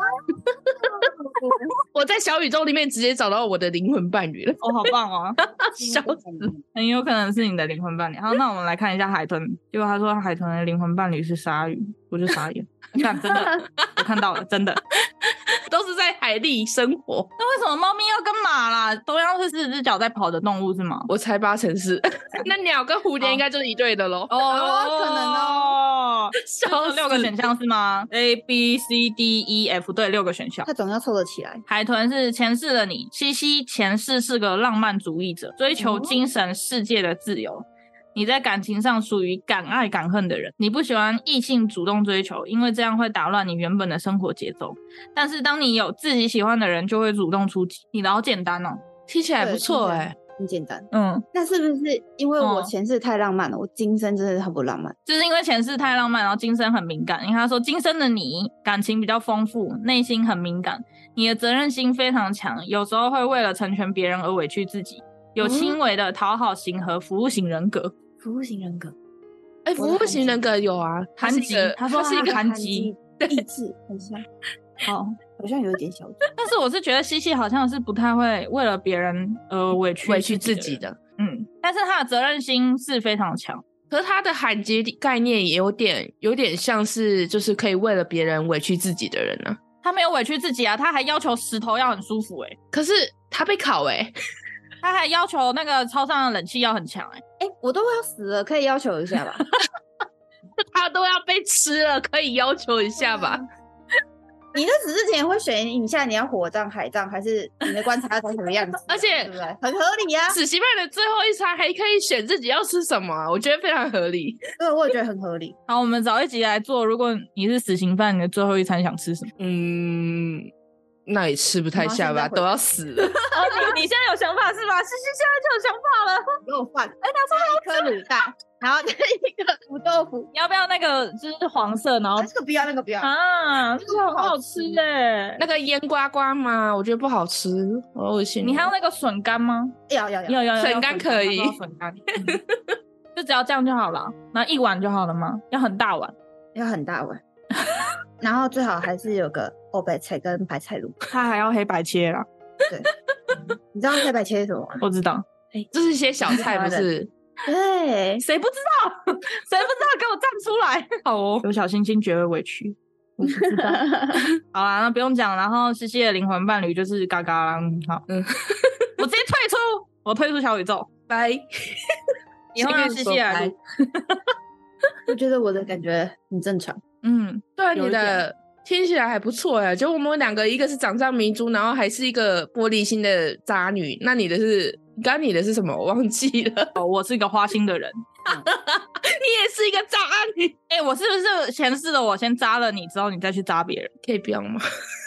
我在小宇宙里面直接找到我的灵魂伴侣了。 好棒哦。 笑死， 很有可能是你的灵魂伴侣。好，那我们来看一下海豚，结果他说海豚的灵魂伴侣是鲨鱼，我就傻眼。看，真的，我看到了，真的都是在海里生活。 那为什么猫咪要跟马啦？都要是4只脚在跑的动物是吗？ 我猜8成是。那鸟跟蝴蝶应该就是一对的咯。 可能哦。 笑死，6个选项是吗 ？A B C D E F， 对，6个选项。 他总要凑得起来。 海豚是前世的你，西西前世是个浪漫主义者，追求精神世界的自由。你在感情上属于敢爱敢恨的人，你不喜欢异性主动追求，因为这样会打乱你原本的生活节奏。但是当你有自己喜欢的人，就会主动出击。你的好简单哦， 听起来不错很简单。 那是不是因为我前世太浪漫了，我今生真的很不浪漫？ 就是因为前世太浪漫，然后今生很敏感。因为他说今生的你感情比较丰富，内心很敏感，你的责任心非常强，有时候会为了成全别人而委屈自己，有轻微的讨好型和服务型人格。 服务型人格， 服务型人格有啊， 韩吉，他说是一个韩吉， 意志很像，好像有一点小。 但是我是觉得西西好像是不太会为了别人而委屈自己的，但是他的责任心是非常强。 可是他的韩吉概念也有点像是就是可以为了别人委屈自己的人啊。 他没有委屈自己啊，他还要求石头要很舒服可是他被烤他还要求那个超商的冷气要很强我都要死了，可以要求一下吧？ 他都要被吃了，可以要求一下吧？ 你在死之前会选一下你要火葬、海葬，还是你的棺材要长什么样子？ 而且对不对？很合理啊！ 死刑犯的最后一餐还可以选自己要吃什么我觉得非常合理。 对，我也觉得很合理。 好，我们找一集来做，如果你是死刑犯，你的最后一餐想吃什么？ 那也吃不太下吧，都要死了。 你现在有想法是吧？西西现在就有想法了。 给我饭，他说一颗卤蛋，然后再一个土豆腐。 你要不要那个就是黄色，然后这个不要，那个不要啊，这个很好吃那个腌瓜瓜吗？我觉得不好吃，好恶心。 你还有那个笋干吗？ 要笋干可以， 笋干就只要这样就好了。那1碗就好了吗？要很大碗， 要很大碗。然后最好还是有个欧白菜跟白菜卤， 它还要黑白切啦。 对，你知道黑白切是什么吗？ 我知道， 这是一些小菜不是？ 对， 谁不知道？谁不知道？给我站出来！ 好哦， 有小星星觉得委屈，我不知道。好啦，那不用讲。然后西西的灵魂伴侣就是嘎嘎啦。好，我直接退出，我退出小宇宙，拜。以后让西西来录。 我觉得我的感觉很正常。 对，你的听起来还不错就我们2个，一个是掌上明珠，然后还是一个玻璃心的渣女。那你的是什么？我忘记了。 我是一个花心的人。 你也是一个渣女。 我是不是前世的我先渣了你之后，你再去渣别人？ 可以不要吗？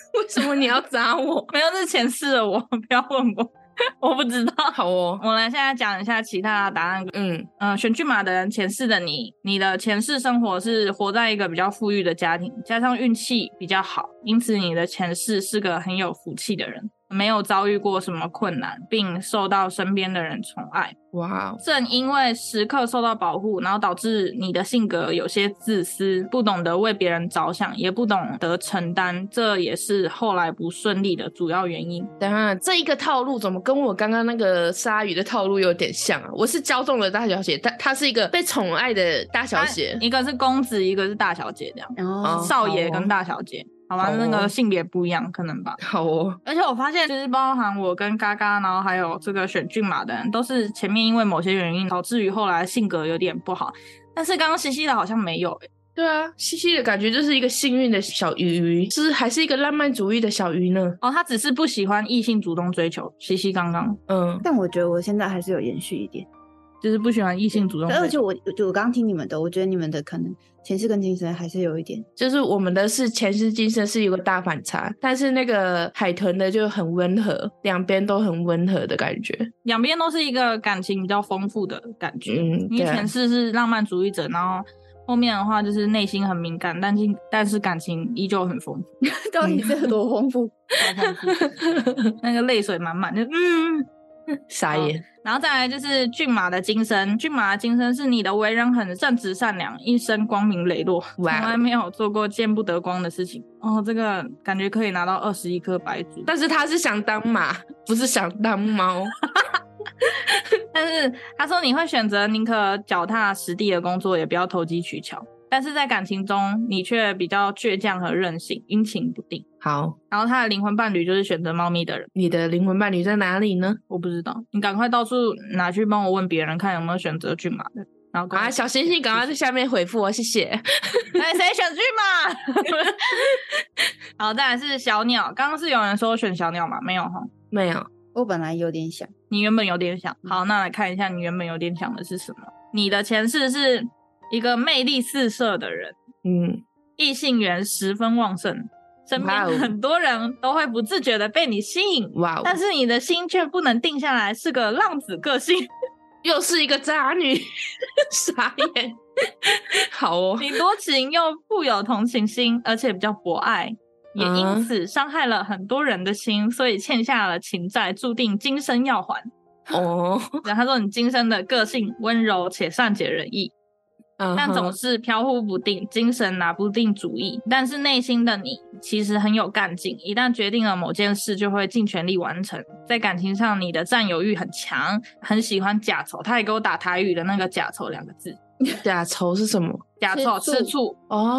为什么你要扎我？ 没有，这是前世的我，不要问我。我不知道。 好哦， 我来现在讲一下其他的答案。选骏马的人，前世的你的前世生活是活在一个比较富裕的家庭，加上运气比较好，因此你的前世是个很有福气的人，没有遭遇过什么困难，并受到身边的人宠爱。 哇， 正因为时刻受到保护，然后导致你的性格有些自私，不懂得为别人着想，也不懂得承担，这也是后来不顺利的主要原因。 等一下，这一个套路怎么跟我刚刚那个鲨鱼的套路有点像啊？我是骄纵的大小姐，她是一个被宠爱的大小姐， 一个是公子，一个是大小姐，这样。少爷跟大小姐。好吧，那个性别不一样，可能吧。 好哦。 而且我发现，就是包含我跟嘎嘎，然后还有这个选骏马的人，都是前面因为某些原因导致于后来性格有点不好。但是刚刚西西的好像没有对啊，西西的感觉就是一个幸运的小鱼，是还是一个浪漫主义的小鱼呢？ 他只是不喜欢异性主动追求。西西刚刚， 但我觉得我现在还是有延续一点。 就是不喜欢异性主动追求。 而且我刚刚听你们的，我觉得你们的可能前世跟今生还是有一点， 就是我们的是前世今生是有个大反差，但是那个海豚的就很温和，两边都很温和的感觉， 两边都是一个感情比较丰富的感觉。因为前世是浪漫主义者，然后后面的话就是内心很敏感，但是感情依旧很丰富。 到底是有多丰富？ 好丰富，那个泪水满满，就傻眼。 然后再来就是骏马的今生，骏马的今生是你的为人很正直善良，一生光明磊落，从来没有做过见不得光的事情。这个感觉可以拿到21颗白珠。 但是他是想当马，不是想当猫。 但是他说你会选择宁可脚踏实地的工作，也不要投机取巧。但是在感情中，你却比较倔强和任性，阴晴不定。 好， 然后他的灵魂伴侣就是选择猫咪的人。 你的灵魂伴侣在哪里呢？ 我不知道，你赶快到处拿去帮我问别人，看有没有选择骏马的。然后小星星赶快在下面回复我，谢谢。 谁选骏马？好，再来是小鸟。刚刚是有人说选小鸟吗？没有齁， 没有。 我本来有点想， 你原本有点想。好，那来看一下你原本有点想的是什么。你的前世是一个魅力四射的人，异性缘十分旺盛，身边很多人都会不自觉的被你吸引，但是你的心却不能定下来，是个浪子个性。 又是一个渣女。傻眼。好哦， 你多情又富有同情心，而且比较博爱，也因此伤害了很多人的心，所以欠下了情债，注定今生要还。然后他说你今生的个性温柔且善解人意，但总是飘忽不定，精神拿不定主意。但是内心的你其实很有干劲，一旦决定了某件事就会尽全力完成。在感情上你的占有欲很强，很喜欢假仇。他也给我打台语的那个假仇2个字。 假仇是什么？ 假仇吃醋。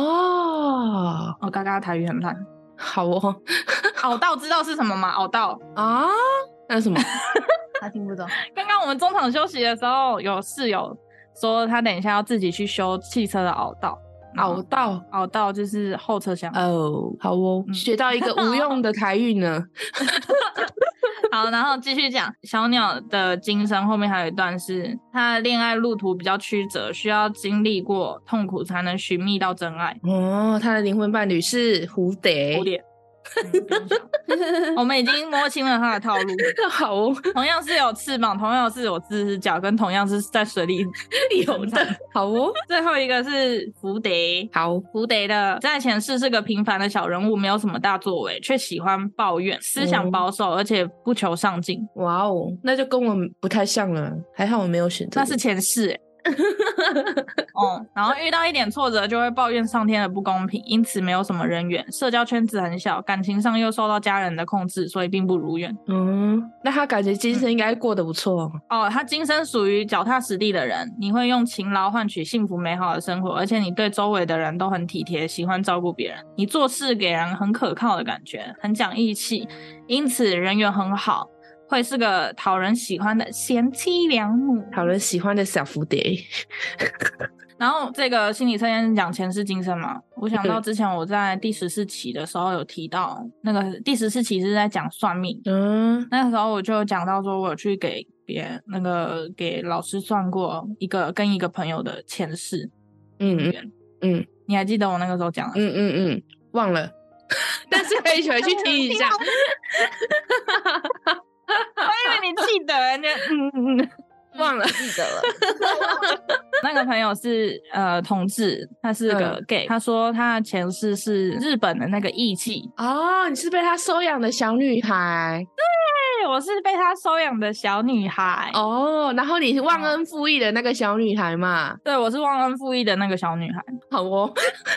刚刚台语很烂。 好哦。 熬道知道是什么吗？熬道啊？那是什么？ 他听不懂。 刚刚我们中场休息的时候，有室友说他等一下要自己去修汽车的凹道。凹道就是后车厢。 好哦，学到一个无用的台语呢。 好，然后继续讲小鸟的今生。后面还有一段是他的恋爱路途比较曲折，需要经历过痛苦才能寻觅到真爱。 他的灵魂伴侣是蝴蝶。 我们已经摸清了他的套路。 好哦， 同样是有翅膀，同样是有4只脚，跟同样是在水里游的。好哦， 最后一个是蝴蝶。 好， 蝴蝶的在前世是个平凡的小人物，没有什么大作为，却喜欢抱怨，思想保守，而且不求上进。 哇哦，那就跟我不太像了。还好我没有选择。 那是前世然后遇到一点挫折就会抱怨上天的不公平，因此没有什么人缘，社交圈子很小，感情上又受到家人的控制，所以并不如愿。 那他感觉今生应该过得不错。 他今生属于脚踏实地的人，你会用勤劳换取幸福美好的生活，而且你对周围的人都很体贴，喜欢照顾别人，你做事给人很可靠的感觉，很讲义气，因此人缘很好，会是个讨人喜欢的贤妻良母， 讨人喜欢的小蝴蝶。 然后这个心理测验讲前世今生嘛，我想到之前我在第14期的时候有提到，那个第14期是在讲算命。那个时候我就讲到说，我有去给老师算过跟一个朋友的前世。你还记得我那个时候讲的？ 忘了。 但是可以回去听一下。 我以为你记得， 忘了记得了。 那个朋友是同志，他是个 gay，他说他的前世是日本的那个艺妓。 哦，你是被他收养的小女孩。 对，我是被他收养的小女孩。 哦，然后你是忘恩负义的那个小女孩嘛？ 对，我是忘恩负义的那个小女孩。 好哦。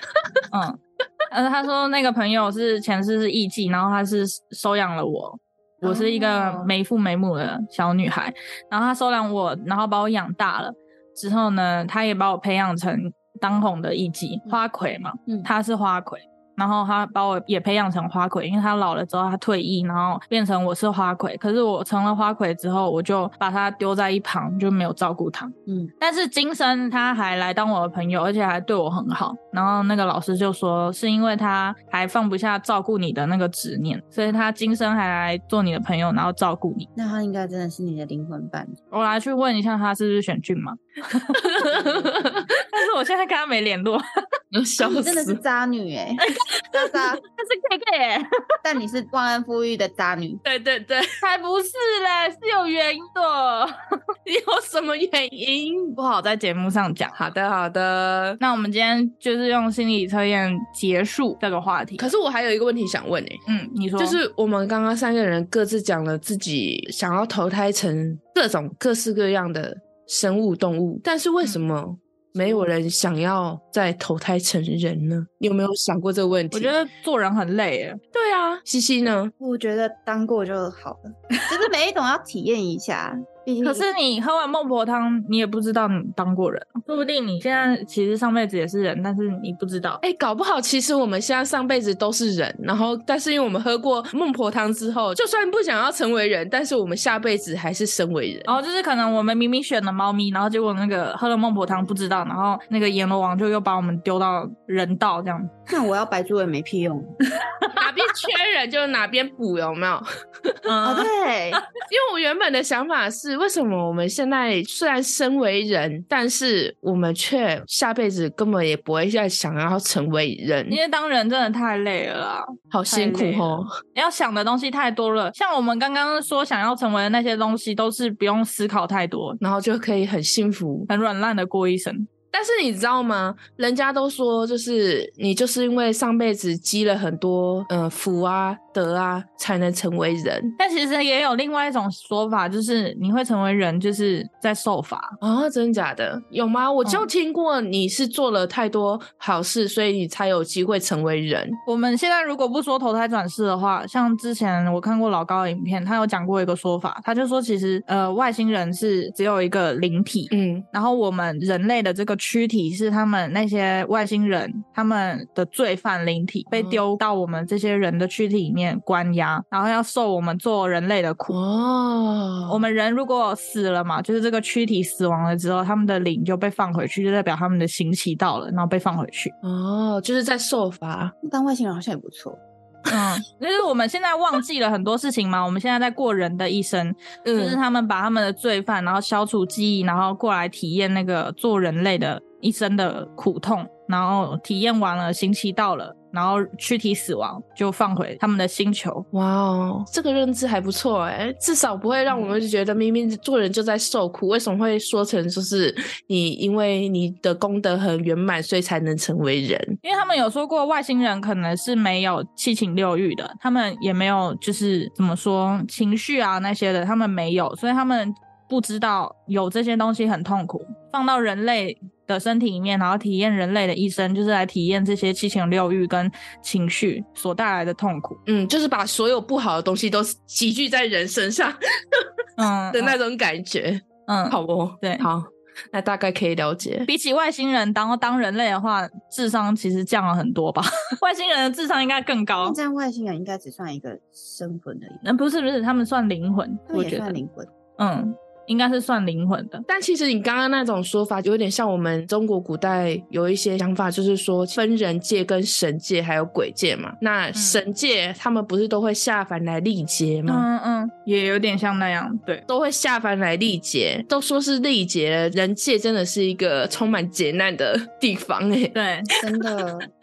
他说那个朋友是前世是艺妓，然后他是收养了我。我是一个没父没母的小女孩，然后他收养我，然后把我养大了之后呢，他也把我培养成当红的艺妓花魁嘛，他是花魁，然后他把我也培养成花魁，因为他老了之后他退役，然后变成我是花魁。可是我成了花魁之后，我就把他丢在一旁，就没有照顾他。但是今生他还来当我的朋友，而且还对我很好。然后那个老师就说，是因为他还放不下照顾你的那个执念，所以他今生还来做你的朋友，然后照顾你。 那他应该真的是你的灵魂伴侣。 我来去问一下他是不是选俊嘛。但是我现在跟他没联络。 你真的是渣女欸。渣， 但是 KK 但你是忘恩负义的渣女。 对对对， 才不是嘞，是有原因的。 有什么原因？ 不好在节目上讲。 好的好的， 那我们今天就是用心理测验结束这个话题。 可是我还有一个问题想问你说。 就是我们刚刚3个人各自讲了自己想要投胎成各种各式各样的生物动物，但是为什么没有人想要再投胎成人呢？你有没有想过这个问题？ 我觉得做人很累耶。 对啊，西西呢？ 我觉得当过就好了，就是每一种要体验一下。 可是你喝完孟婆汤，你也不知道你当过人，说不定你现在其实上辈子也是人，但是你不知道。 搞不好其实我们现在上辈子都是人，然后但是因为我们喝过孟婆汤之后，就算不想要成为人，但是我们下辈子还是身为人。 就是可能我们明明选了猫咪，然后结果那个喝了孟婆汤不知道，然后那个阎罗王就又把我们丢到人道这样。 那我要白猪也没屁用。 哪边缺人就哪边补，有没有？ 对， 因为我原本的想法是，为什么我们现在虽然身为人，但是我们却下辈子根本也不会再想要成为人？ 因为当人真的太累了啦， 好辛苦哦， 要想的东西太多了。像我们刚刚说想要成为的那些东西，都是不用思考太多， 然后就可以很幸福、 很软烂的过一生。 但是你知道吗？人家都说，就是你就是因为上辈子积了很多福啊、德啊，才能成为人。 但其实也有另外一种说法，就是你会成为人，就是在受罚啊。真的假的？有吗？我就听过你是做了太多好事，所以你才有机会成为人。 我们现在如果不说投胎转世的话，像之前我看过老高的影片，他有讲过一个说法，他就说其实外星人是只有一个灵体，然后我们人类的这个躯体是他们那些外星人他们的罪犯灵体，被丢到我们这些人的躯体里面关押，然后要受我们做人类的苦。我们人如果死了嘛，就是这个躯体死亡了之后，他们的灵就被放回去，就代表他们的刑期到了，然后被放回去。 就是在受罚。 当外星人好像也不错。 就是我们现在忘记了很多事情嘛，我们现在在过人的一生，就是他们把他们的罪犯然后消除记忆，然后过来体验那个做人类的一生的苦痛，然后体验完了，刑期到了，然后躯体死亡就放回他们的星球。 哇哦，这个认知还不错至少不会让我们就觉得明明做人就在受苦，为什么会说成就是你因为你的功德很圆满所以才能成为人？ 因为他们有说过外星人可能是没有七情六欲的，他们也没有就是怎么说情绪啊那些的，他们没有，所以他们不知道有这些东西很痛苦，放到人类的身体里面，然后体验人类的一生，就是来体验这些七情六欲跟情绪所带来的痛苦。 就是把所有不好的东西都集聚在人身上的那种感觉。好哦， 对， 好，那大概可以了解。 比起外星人当人类的话，智商其实降了很多吧。外星人的智商应该更高。 这样外星人应该只算一个身魂而已。 不是，他们算灵魂， 他们也算灵魂。 应该是算灵魂的。 但其实你刚刚那种说法有点像我们中国古代有一些想法，就是说分人界跟神界还有鬼界嘛。那神界他们不是都会下凡来历劫吗？ 也有点像那样，对， 都会下凡来历劫，都说是历劫了。人界真的是一个充满劫难的地方对， 真的。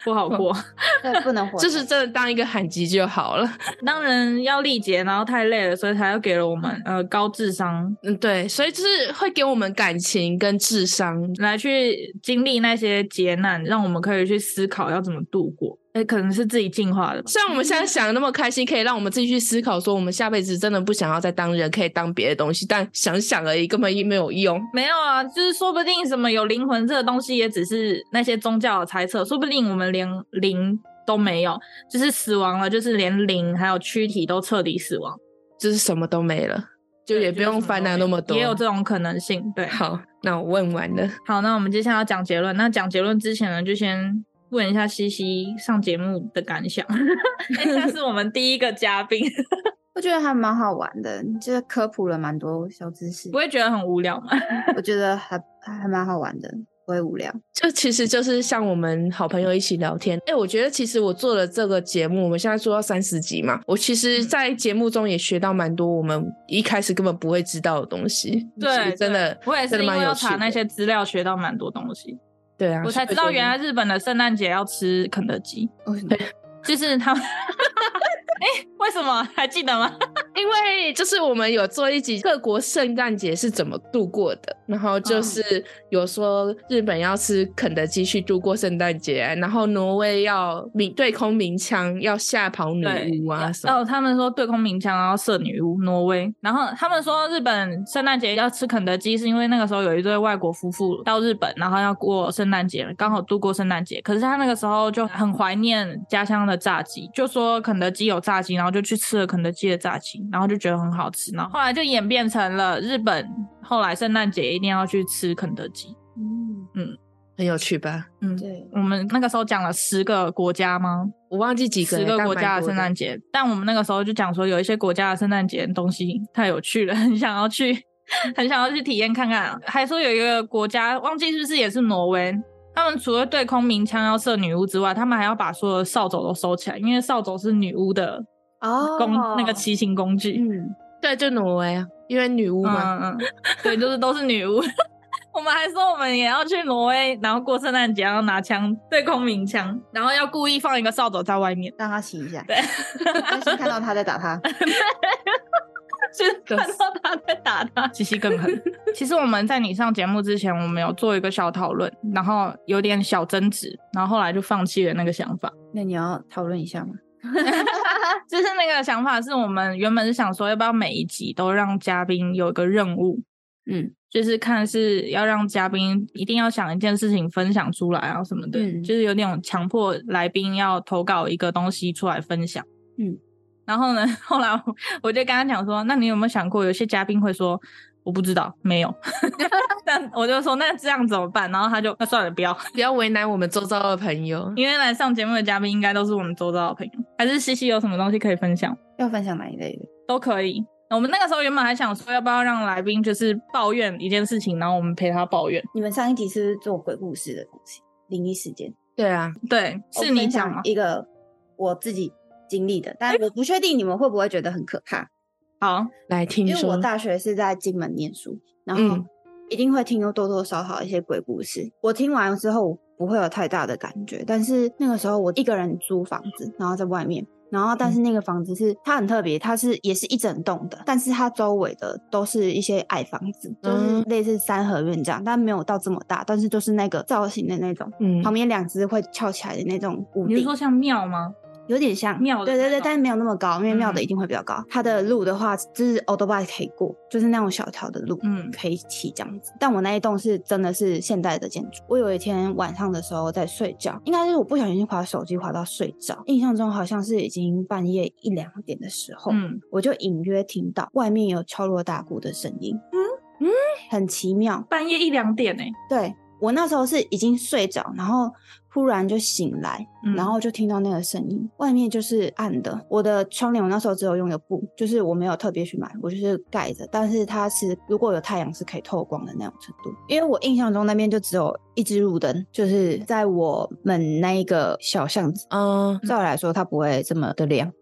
不好过。 对，不能活就是真的当一个喊集就好了。 当人要历劫，然后太累了，所以才要给了我们高智商。 对，所以就是会给我们感情跟智商来去经历那些劫难，让我们可以去思考要怎么度过。可能是自己进化的吧。 虽然我们现在想的那么开心，可以让我们自己去思考说我们下辈子真的不想要再当人，可以当别的东西，但想想而已，根本没有用。 没有啊，就是说不定什么有灵魂这个东西也只是那些宗教的猜测，说不定我们连灵都没有，就是死亡了，就是连灵还有躯体都彻底死亡， 就是什么都没了，就也不用烦恼那么多， 也有这种可能性。对， 好，那我问完了。 好，那我们接下来要讲结论。那讲结论之前呢，就先问一下西西上节目的感想。他是我们第一个嘉宾。 我觉得还蛮好玩的，就是科普了蛮多小知识。 不会觉得很无聊吗？ 我觉得还蛮好玩的，不会无聊。 就其实就是像我们好朋友一起聊天。我觉得其实我做了这个节目，我们现在做到30集嘛，我其实在节目中也学到蛮多我们一开始根本不会知道的东西。 对， 真的， 我也是因为要查那些资料学到蛮多东西。 对啊， 我才知道原来日本的圣诞节要吃肯德基。就是他们为什么还记得吗？ 因为就是我们有做一集各国圣诞节是怎么度过的，然后就是有说日本要吃肯德基去度过圣诞节，然后挪威要对空鸣枪要吓跑女巫啊什么。 他们说对空鸣枪然后射女巫，挪威。然后他们说日本圣诞节要吃肯德基是因为那个时候有一对外国夫妇到日本，然后要过圣诞节，刚好度过圣诞节，可是他那个时候就很怀念家乡的炸鸡，就说肯德基有炸鸡，然后就去吃了肯德基的炸鸡，然后就觉得很好吃，然后后来就演变成了日本后来圣诞节一定要去吃肯德基。 很有趣吧？ 对， 我们那个时候讲了10个国家吗？ 我忘记几个 10个国家的圣诞节，但我们那个时候就讲说有一些国家的圣诞节的东西太有趣了，很想要去体验看看。还说有一个国家忘记是不是也是挪威，他们除了对空鸣枪要射女巫之外，他们还要把所有的扫帚都收起来，因为扫帚是女巫的那个骑行工具。 对，就挪威啊，因为女巫嘛。 对，就是都是女巫。我们还说我们也要去挪威，然后过圣诞节，然后拿枪对空鸣枪，然后要故意放一个扫帚在外面， 让他骑一下。 对， 先看到他在打他。 就是看到他在打他，西西更狠。其实我们在你上节目之前，我们有做一个小讨论，然后有点小争执，然后后来就放弃了那个想法。 那你要讨论一下吗？ 就是那个想法是我们原本是想说要不要每一集都让嘉宾有一个任务，就是看是要让嘉宾一定要想一件事情分享出来啊什么的，就是有点强迫来宾要投稿一个东西出来分享。然后呢，后来我就跟他讲说，那你有没有想过有些嘉宾会说我不知道，没有。但我就说那这样怎么办？然后他就那算了，不要为难我们周遭的朋友， 因为来上节目的嘉宾应该都是我们周遭的朋友。还是西西有什么东西可以分享？ 要分享哪一类的都可以。我们那个时候原本还想说要不要让来宾就是抱怨一件事情，然后我们陪他抱怨。 你们上一集是不是做鬼故事的东西，灵异事件？ 对啊， 对，是你讲吗？ 一个我自己经历的，但我不确定你们会不会觉得很可怕。 好， 来听说。 因为我大学是在金门念书，然后一定会听多多少少一些鬼故事。我听完之后不会有太大的感觉，但是那个时候我一个人租房子，然后在外面，然后但是那个房子是它很特别，它是也是一整栋的，但是它周围的都是一些矮房子，就是类似三合院这样，但没有到这么大，但是就是那个造型的那种，旁边2只会翘起来的那种屋顶。 你是说像庙吗？ 有点像庙的， 对对对，但是没有那么高，因为庙的一定会比较高。它的路的话，就是 Autobike 可以过，就是那种小条的路，可以骑这样子。但我那一栋是真的是现代的建筑。我有一天晚上的时候在睡觉，应该是我不小心滑手机滑到睡着，印象中好像是已经半夜1、2点的时候，我就隐约听到外面有敲锣打鼓的声音，很奇妙， 半夜1、2点对。我那时候是已经睡着，然后忽然就醒来，然后就听到那个声音，外面就是暗的。我的窗帘我那时候只有用的布，就是我没有特别去买，我就是盖着，但是它是如果有太阳是可以透光的那种程度。因为我印象中那边就只有一支路灯，就是在我们那一个小巷子，照理来说它不会这么的亮。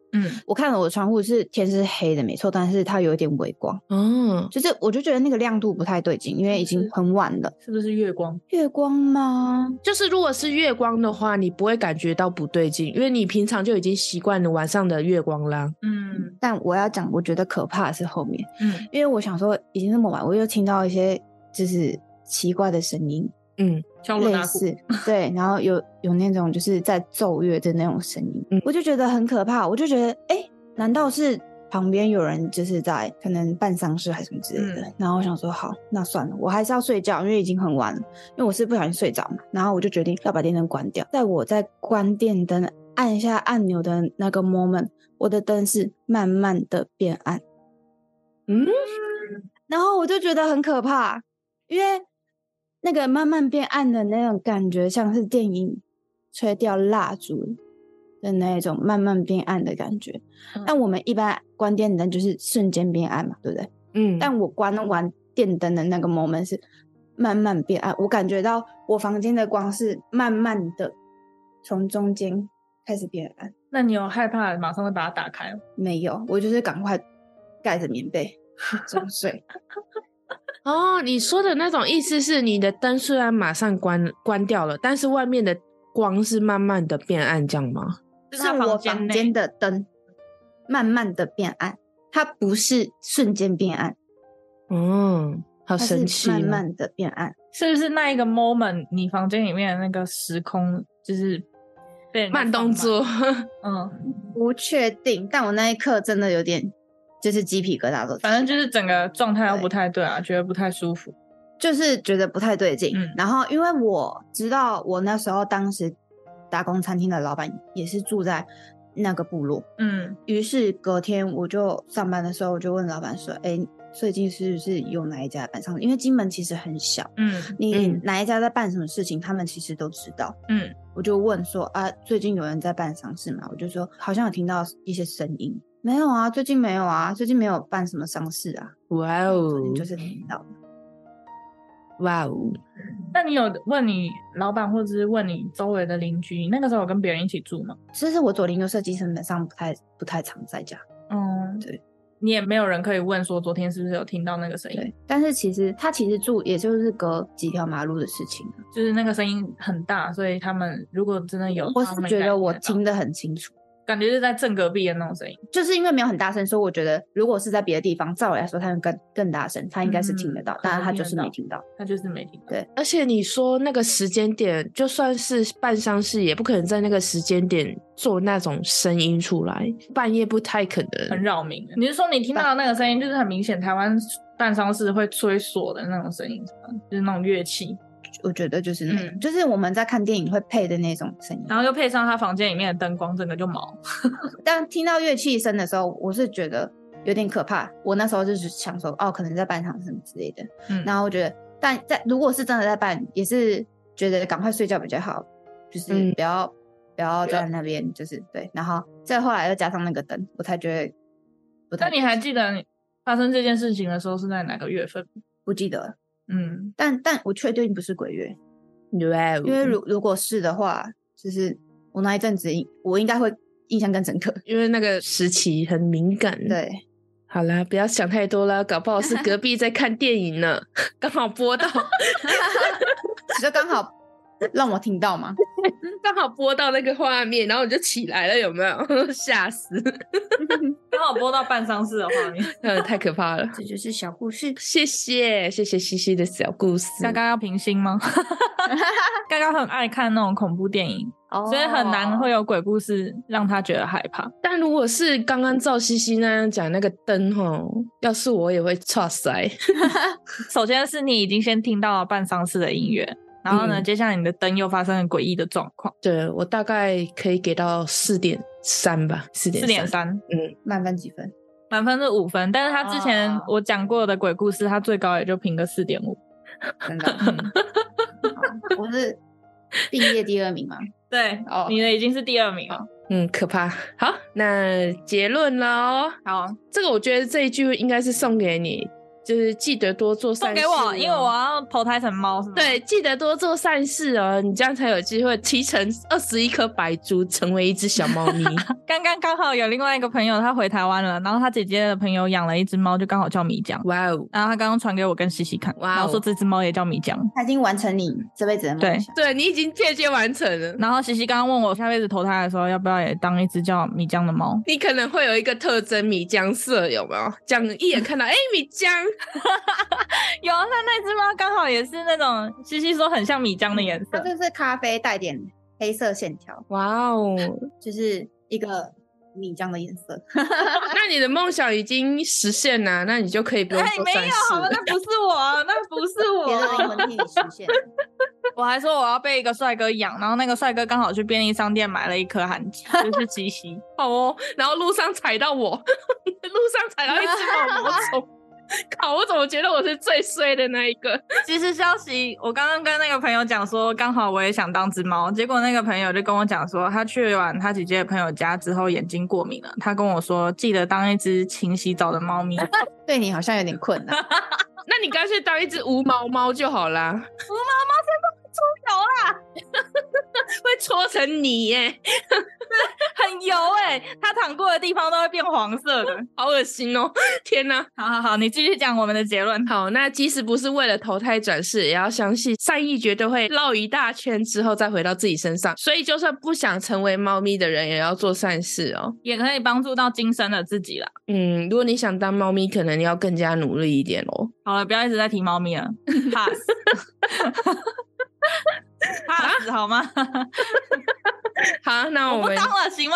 我看了我的窗户是天是黑的没错，但是它有一点微光，就是我就觉得那个亮度不太对劲，因为已经很晚了。 是不是月光？ 月光吗？ 就是如果是月光的话，你不会感觉到不对劲，因为你平常就已经习惯了晚上的月光啦。 但我要讲我觉得可怕的是后面，因为我想说已经那么晚，我又听到一些就是奇怪的声音，类似对，然后有那种就是在奏乐的那种声音，我就觉得很可怕，我就觉得难道是旁边有人就是在可能办丧事还是什么之类的，然后我想说好，那算了，我还是要睡觉，因为已经很晚了，因为我是不小心睡着嘛，然后我就决定要把电灯关掉。在我在关电灯按下按钮的那个 moment， 我的灯是慢慢的变暗，然后我就觉得很可怕，因为那个慢慢变暗的那种感觉像是电影吹掉蜡烛的那种慢慢变暗的感觉，但我们一般关电灯就是瞬间变暗嘛，对不对？但我关完电灯的那个 moment 是慢慢变暗，我感觉到我房间的光是慢慢的从中间开始变暗。 那你有害怕马上会把它打开吗？ 没有，我就是赶快盖着棉被装睡。 你说的那种意思是你的灯虽然马上关掉了，但是外面的光是慢慢的变暗，这样吗？ 是我房间的灯慢慢的变暗，它不是瞬间变暗。 好神奇， 慢慢的变暗。 是不是那一个 moment 你房间里面的那个时空就是被慢动作？ 不确定，但我那一刻真的有点就是鸡皮疙瘩都， 反正就是整个状态都不太对啊，觉得不太舒服， 就是觉得不太对劲。然后因为我知道我那时候当时打工餐厅的老板也是住在那个部落，于是隔天我就上班的时候我就问老板说，最近是不是有哪一家在办丧事？因为金门其实很小，你哪一家在办什么事情他们其实都知道。我就问说最近有人在办丧事吗？我就说好像有听到一些声音。没有啊，最近没有啊，最近没有办什么丧事啊。 哇哦， 就是听到。 哇哦， 那你有问你老板或者是问你周围的邻居，那个时候有跟别人一起住吗？ 其实我左邻右舍基本上不太常在家。对， 你也没有人可以问说昨天是不是有听到那个声音？ 对，但是他其实住也就是隔几条马路的事情， 就是那个声音很大，所以他们如果真的有， 我是觉得我听得很清楚。 感觉是在正隔壁的那种声音， 就是因为没有很大声，所以我觉得如果是在别的地方，照理来说他们更大声，他应该是听得到，但是他就是没听到， 对， 而且你说那个时间点，就算是办丧事，也不可能在那个时间点做那种声音出来，半夜不太可能， 很扰民。你是说你听到的那个声音，就是很明显台湾办丧事会吹唢的那种声音，就是那种乐器？ 我觉得就是那种就是我们在看电影会配的那种声音， 然后又配上他房间里面的灯光，整个就毛。 但听到乐器声的时候，我是觉得有点可怕。我那时候就是想说，可能在办场什么之类的。然后我觉得，但如果是真的在办，也是觉得赶快睡觉比较好，就是不要在那边，就是对。然后再后来又加上那个灯，我才觉得不太。 那你还记得发生这件事情的时候是在哪个月份？ 不记得了。但我确定不是鬼月，因为如果是的话，就是我那一阵子我应该会印象更深刻， 因为那个时期很敏感。 对， 好啦，不要想太多啦，搞不好是隔壁在看电影呢，刚好播到， 就刚好让我听到吗？ 刚好播到那个画面，然后你就起来了，有没有？吓死！ 刚好播到办丧事的画面， 太可怕了。 这就是小故事， 谢谢西西的小故事。 刚刚要平心吗？刚刚很爱看那种恐怖电影，所以很难会有鬼故事让他觉得害怕。 但如果是刚刚照西西那样讲那个灯要是我也会剉塞。 首先是你已经先听到了办丧事的音乐，然后呢，接下来你的灯又发生了诡异的状况。 对，我大概可以给到4.3吧，4.3。 满分几分？ 满分是5分，但是他之前我讲过的鬼故事，他最高也就评个4.5。 真的。我是毕业第2名吗？ 对，你的已经是第2名了。 可怕。好，那结论了。 好， 这个我觉得这一句应该是送给你就是记得多做善事。 送给我，因为我要投胎成猫，是吗？ 对，记得多做善事哦，你这样才有机会提成21颗白珠，成为一只小猫咪。 刚好有另外一个朋友他回台湾了，然后他姐姐的朋友养了一只猫，就刚好叫米江。 哇哦！ 然后他刚刚传给我跟西西看，然后说这只猫也叫米江。 他已经完成你这辈子的梦想。 对，你已经间接完成了。 然后西西刚刚问我下辈子投胎的时候要不要也当一只叫米江的猫。 你可能会有一个特征米江色，有没有？这样一眼看到米江。 有啊，那只猫刚好也是那种西西说很像米浆的颜色， 它就是咖啡带点黑色线条。 哇哦， 就是一个米浆的颜色。 那你的梦想已经实现了，那你就可以不用做善事。 没有，那不是我，那不是我， 别的灵魂替你实现。 我还说我要被一个帅哥养，然后那个帅哥刚好去便利商店买了一颗韩吉，就是七夕。 好哦，然后路上踩到我，路上踩到一只毛毛虫。靠！我怎么觉得我是最衰的那一个？ 其实消息，我刚刚跟那个朋友讲说，刚好我也想当只猫，结果那个朋友就跟我讲说，他去完他姐姐的朋友家之后眼睛过敏了，他跟我说记得当一只勤洗澡的猫咪。 对你好像有点困难。 那你干脆当一只无毛猫就好啦。无毛猫真的会出油啦， 会搓成泥耶， 很油它躺过的地方都会变黄色的， 好恶心哦！天哪！ 好，你继续讲我们的结论。 好，那即使不是为了投胎转世，也要相信善意绝对会绕一大圈之后再回到自己身上。所以，就算不想成为猫咪的人，也要做善事哦， 也可以帮助到今生的自己啦。 如果你想当猫咪，可能要更加努力一点哦。 好了，不要一直在提猫咪了 ，pass 好吗？ 好，那我们不当了，行吗？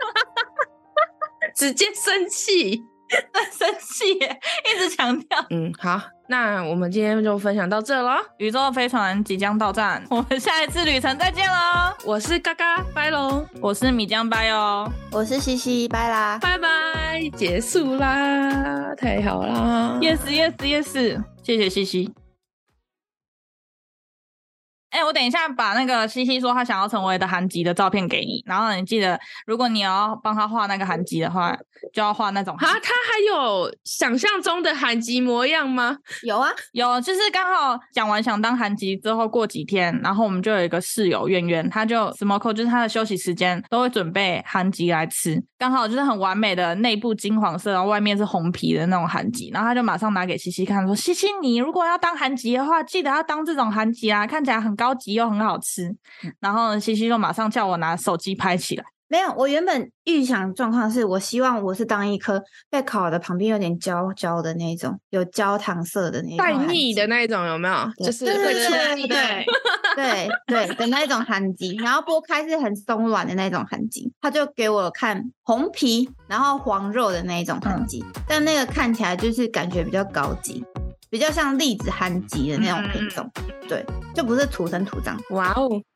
直接生气， 生气耶，一直强调。 好，那我们今天就分享到这了。 宇宙飞船即将到站，我们下一次旅程再见喽！ 我是嘎嘎，拜喽！ 我是米酱，拜哦！ 我是西西，拜啦！ 拜拜，结束啦，太好啦 ！Yes，谢谢西西。我等一下把那个西西说他想要成为的韩吉的照片给你，然后你记得，如果你要帮他画那个韩吉的话，就要画那种。 他还有想象中的韩吉模样吗？ 有啊， 有，就是刚好讲完想当韩吉之后过几天，然后我们就有一个室友圆圆，他就 Smoko 就是他的休息时间都会准备韩吉来吃，刚好就是很完美的内部金黄色，然后外面是红皮的那种韩吉，然后他就马上拿给西西看说，西西你如果要当韩吉的话，记得要当这种韩吉啊，看起来很高级又很好吃。然后西西就马上叫我拿手机拍起来。 没有，我原本预想状况是我希望我是当一颗被烤的旁边有点焦焦的那种，有焦糖色的那种带腻的那一种，有没有？就是对的那一种韩吉，然后剥开是很松软的那种韩吉，他就给我看红皮然后黄肉的那一种韩吉，但那个看起来就是感觉比较高级，比较像栗子韩吉的那种品种，对，就不是土生土长。 哇哦，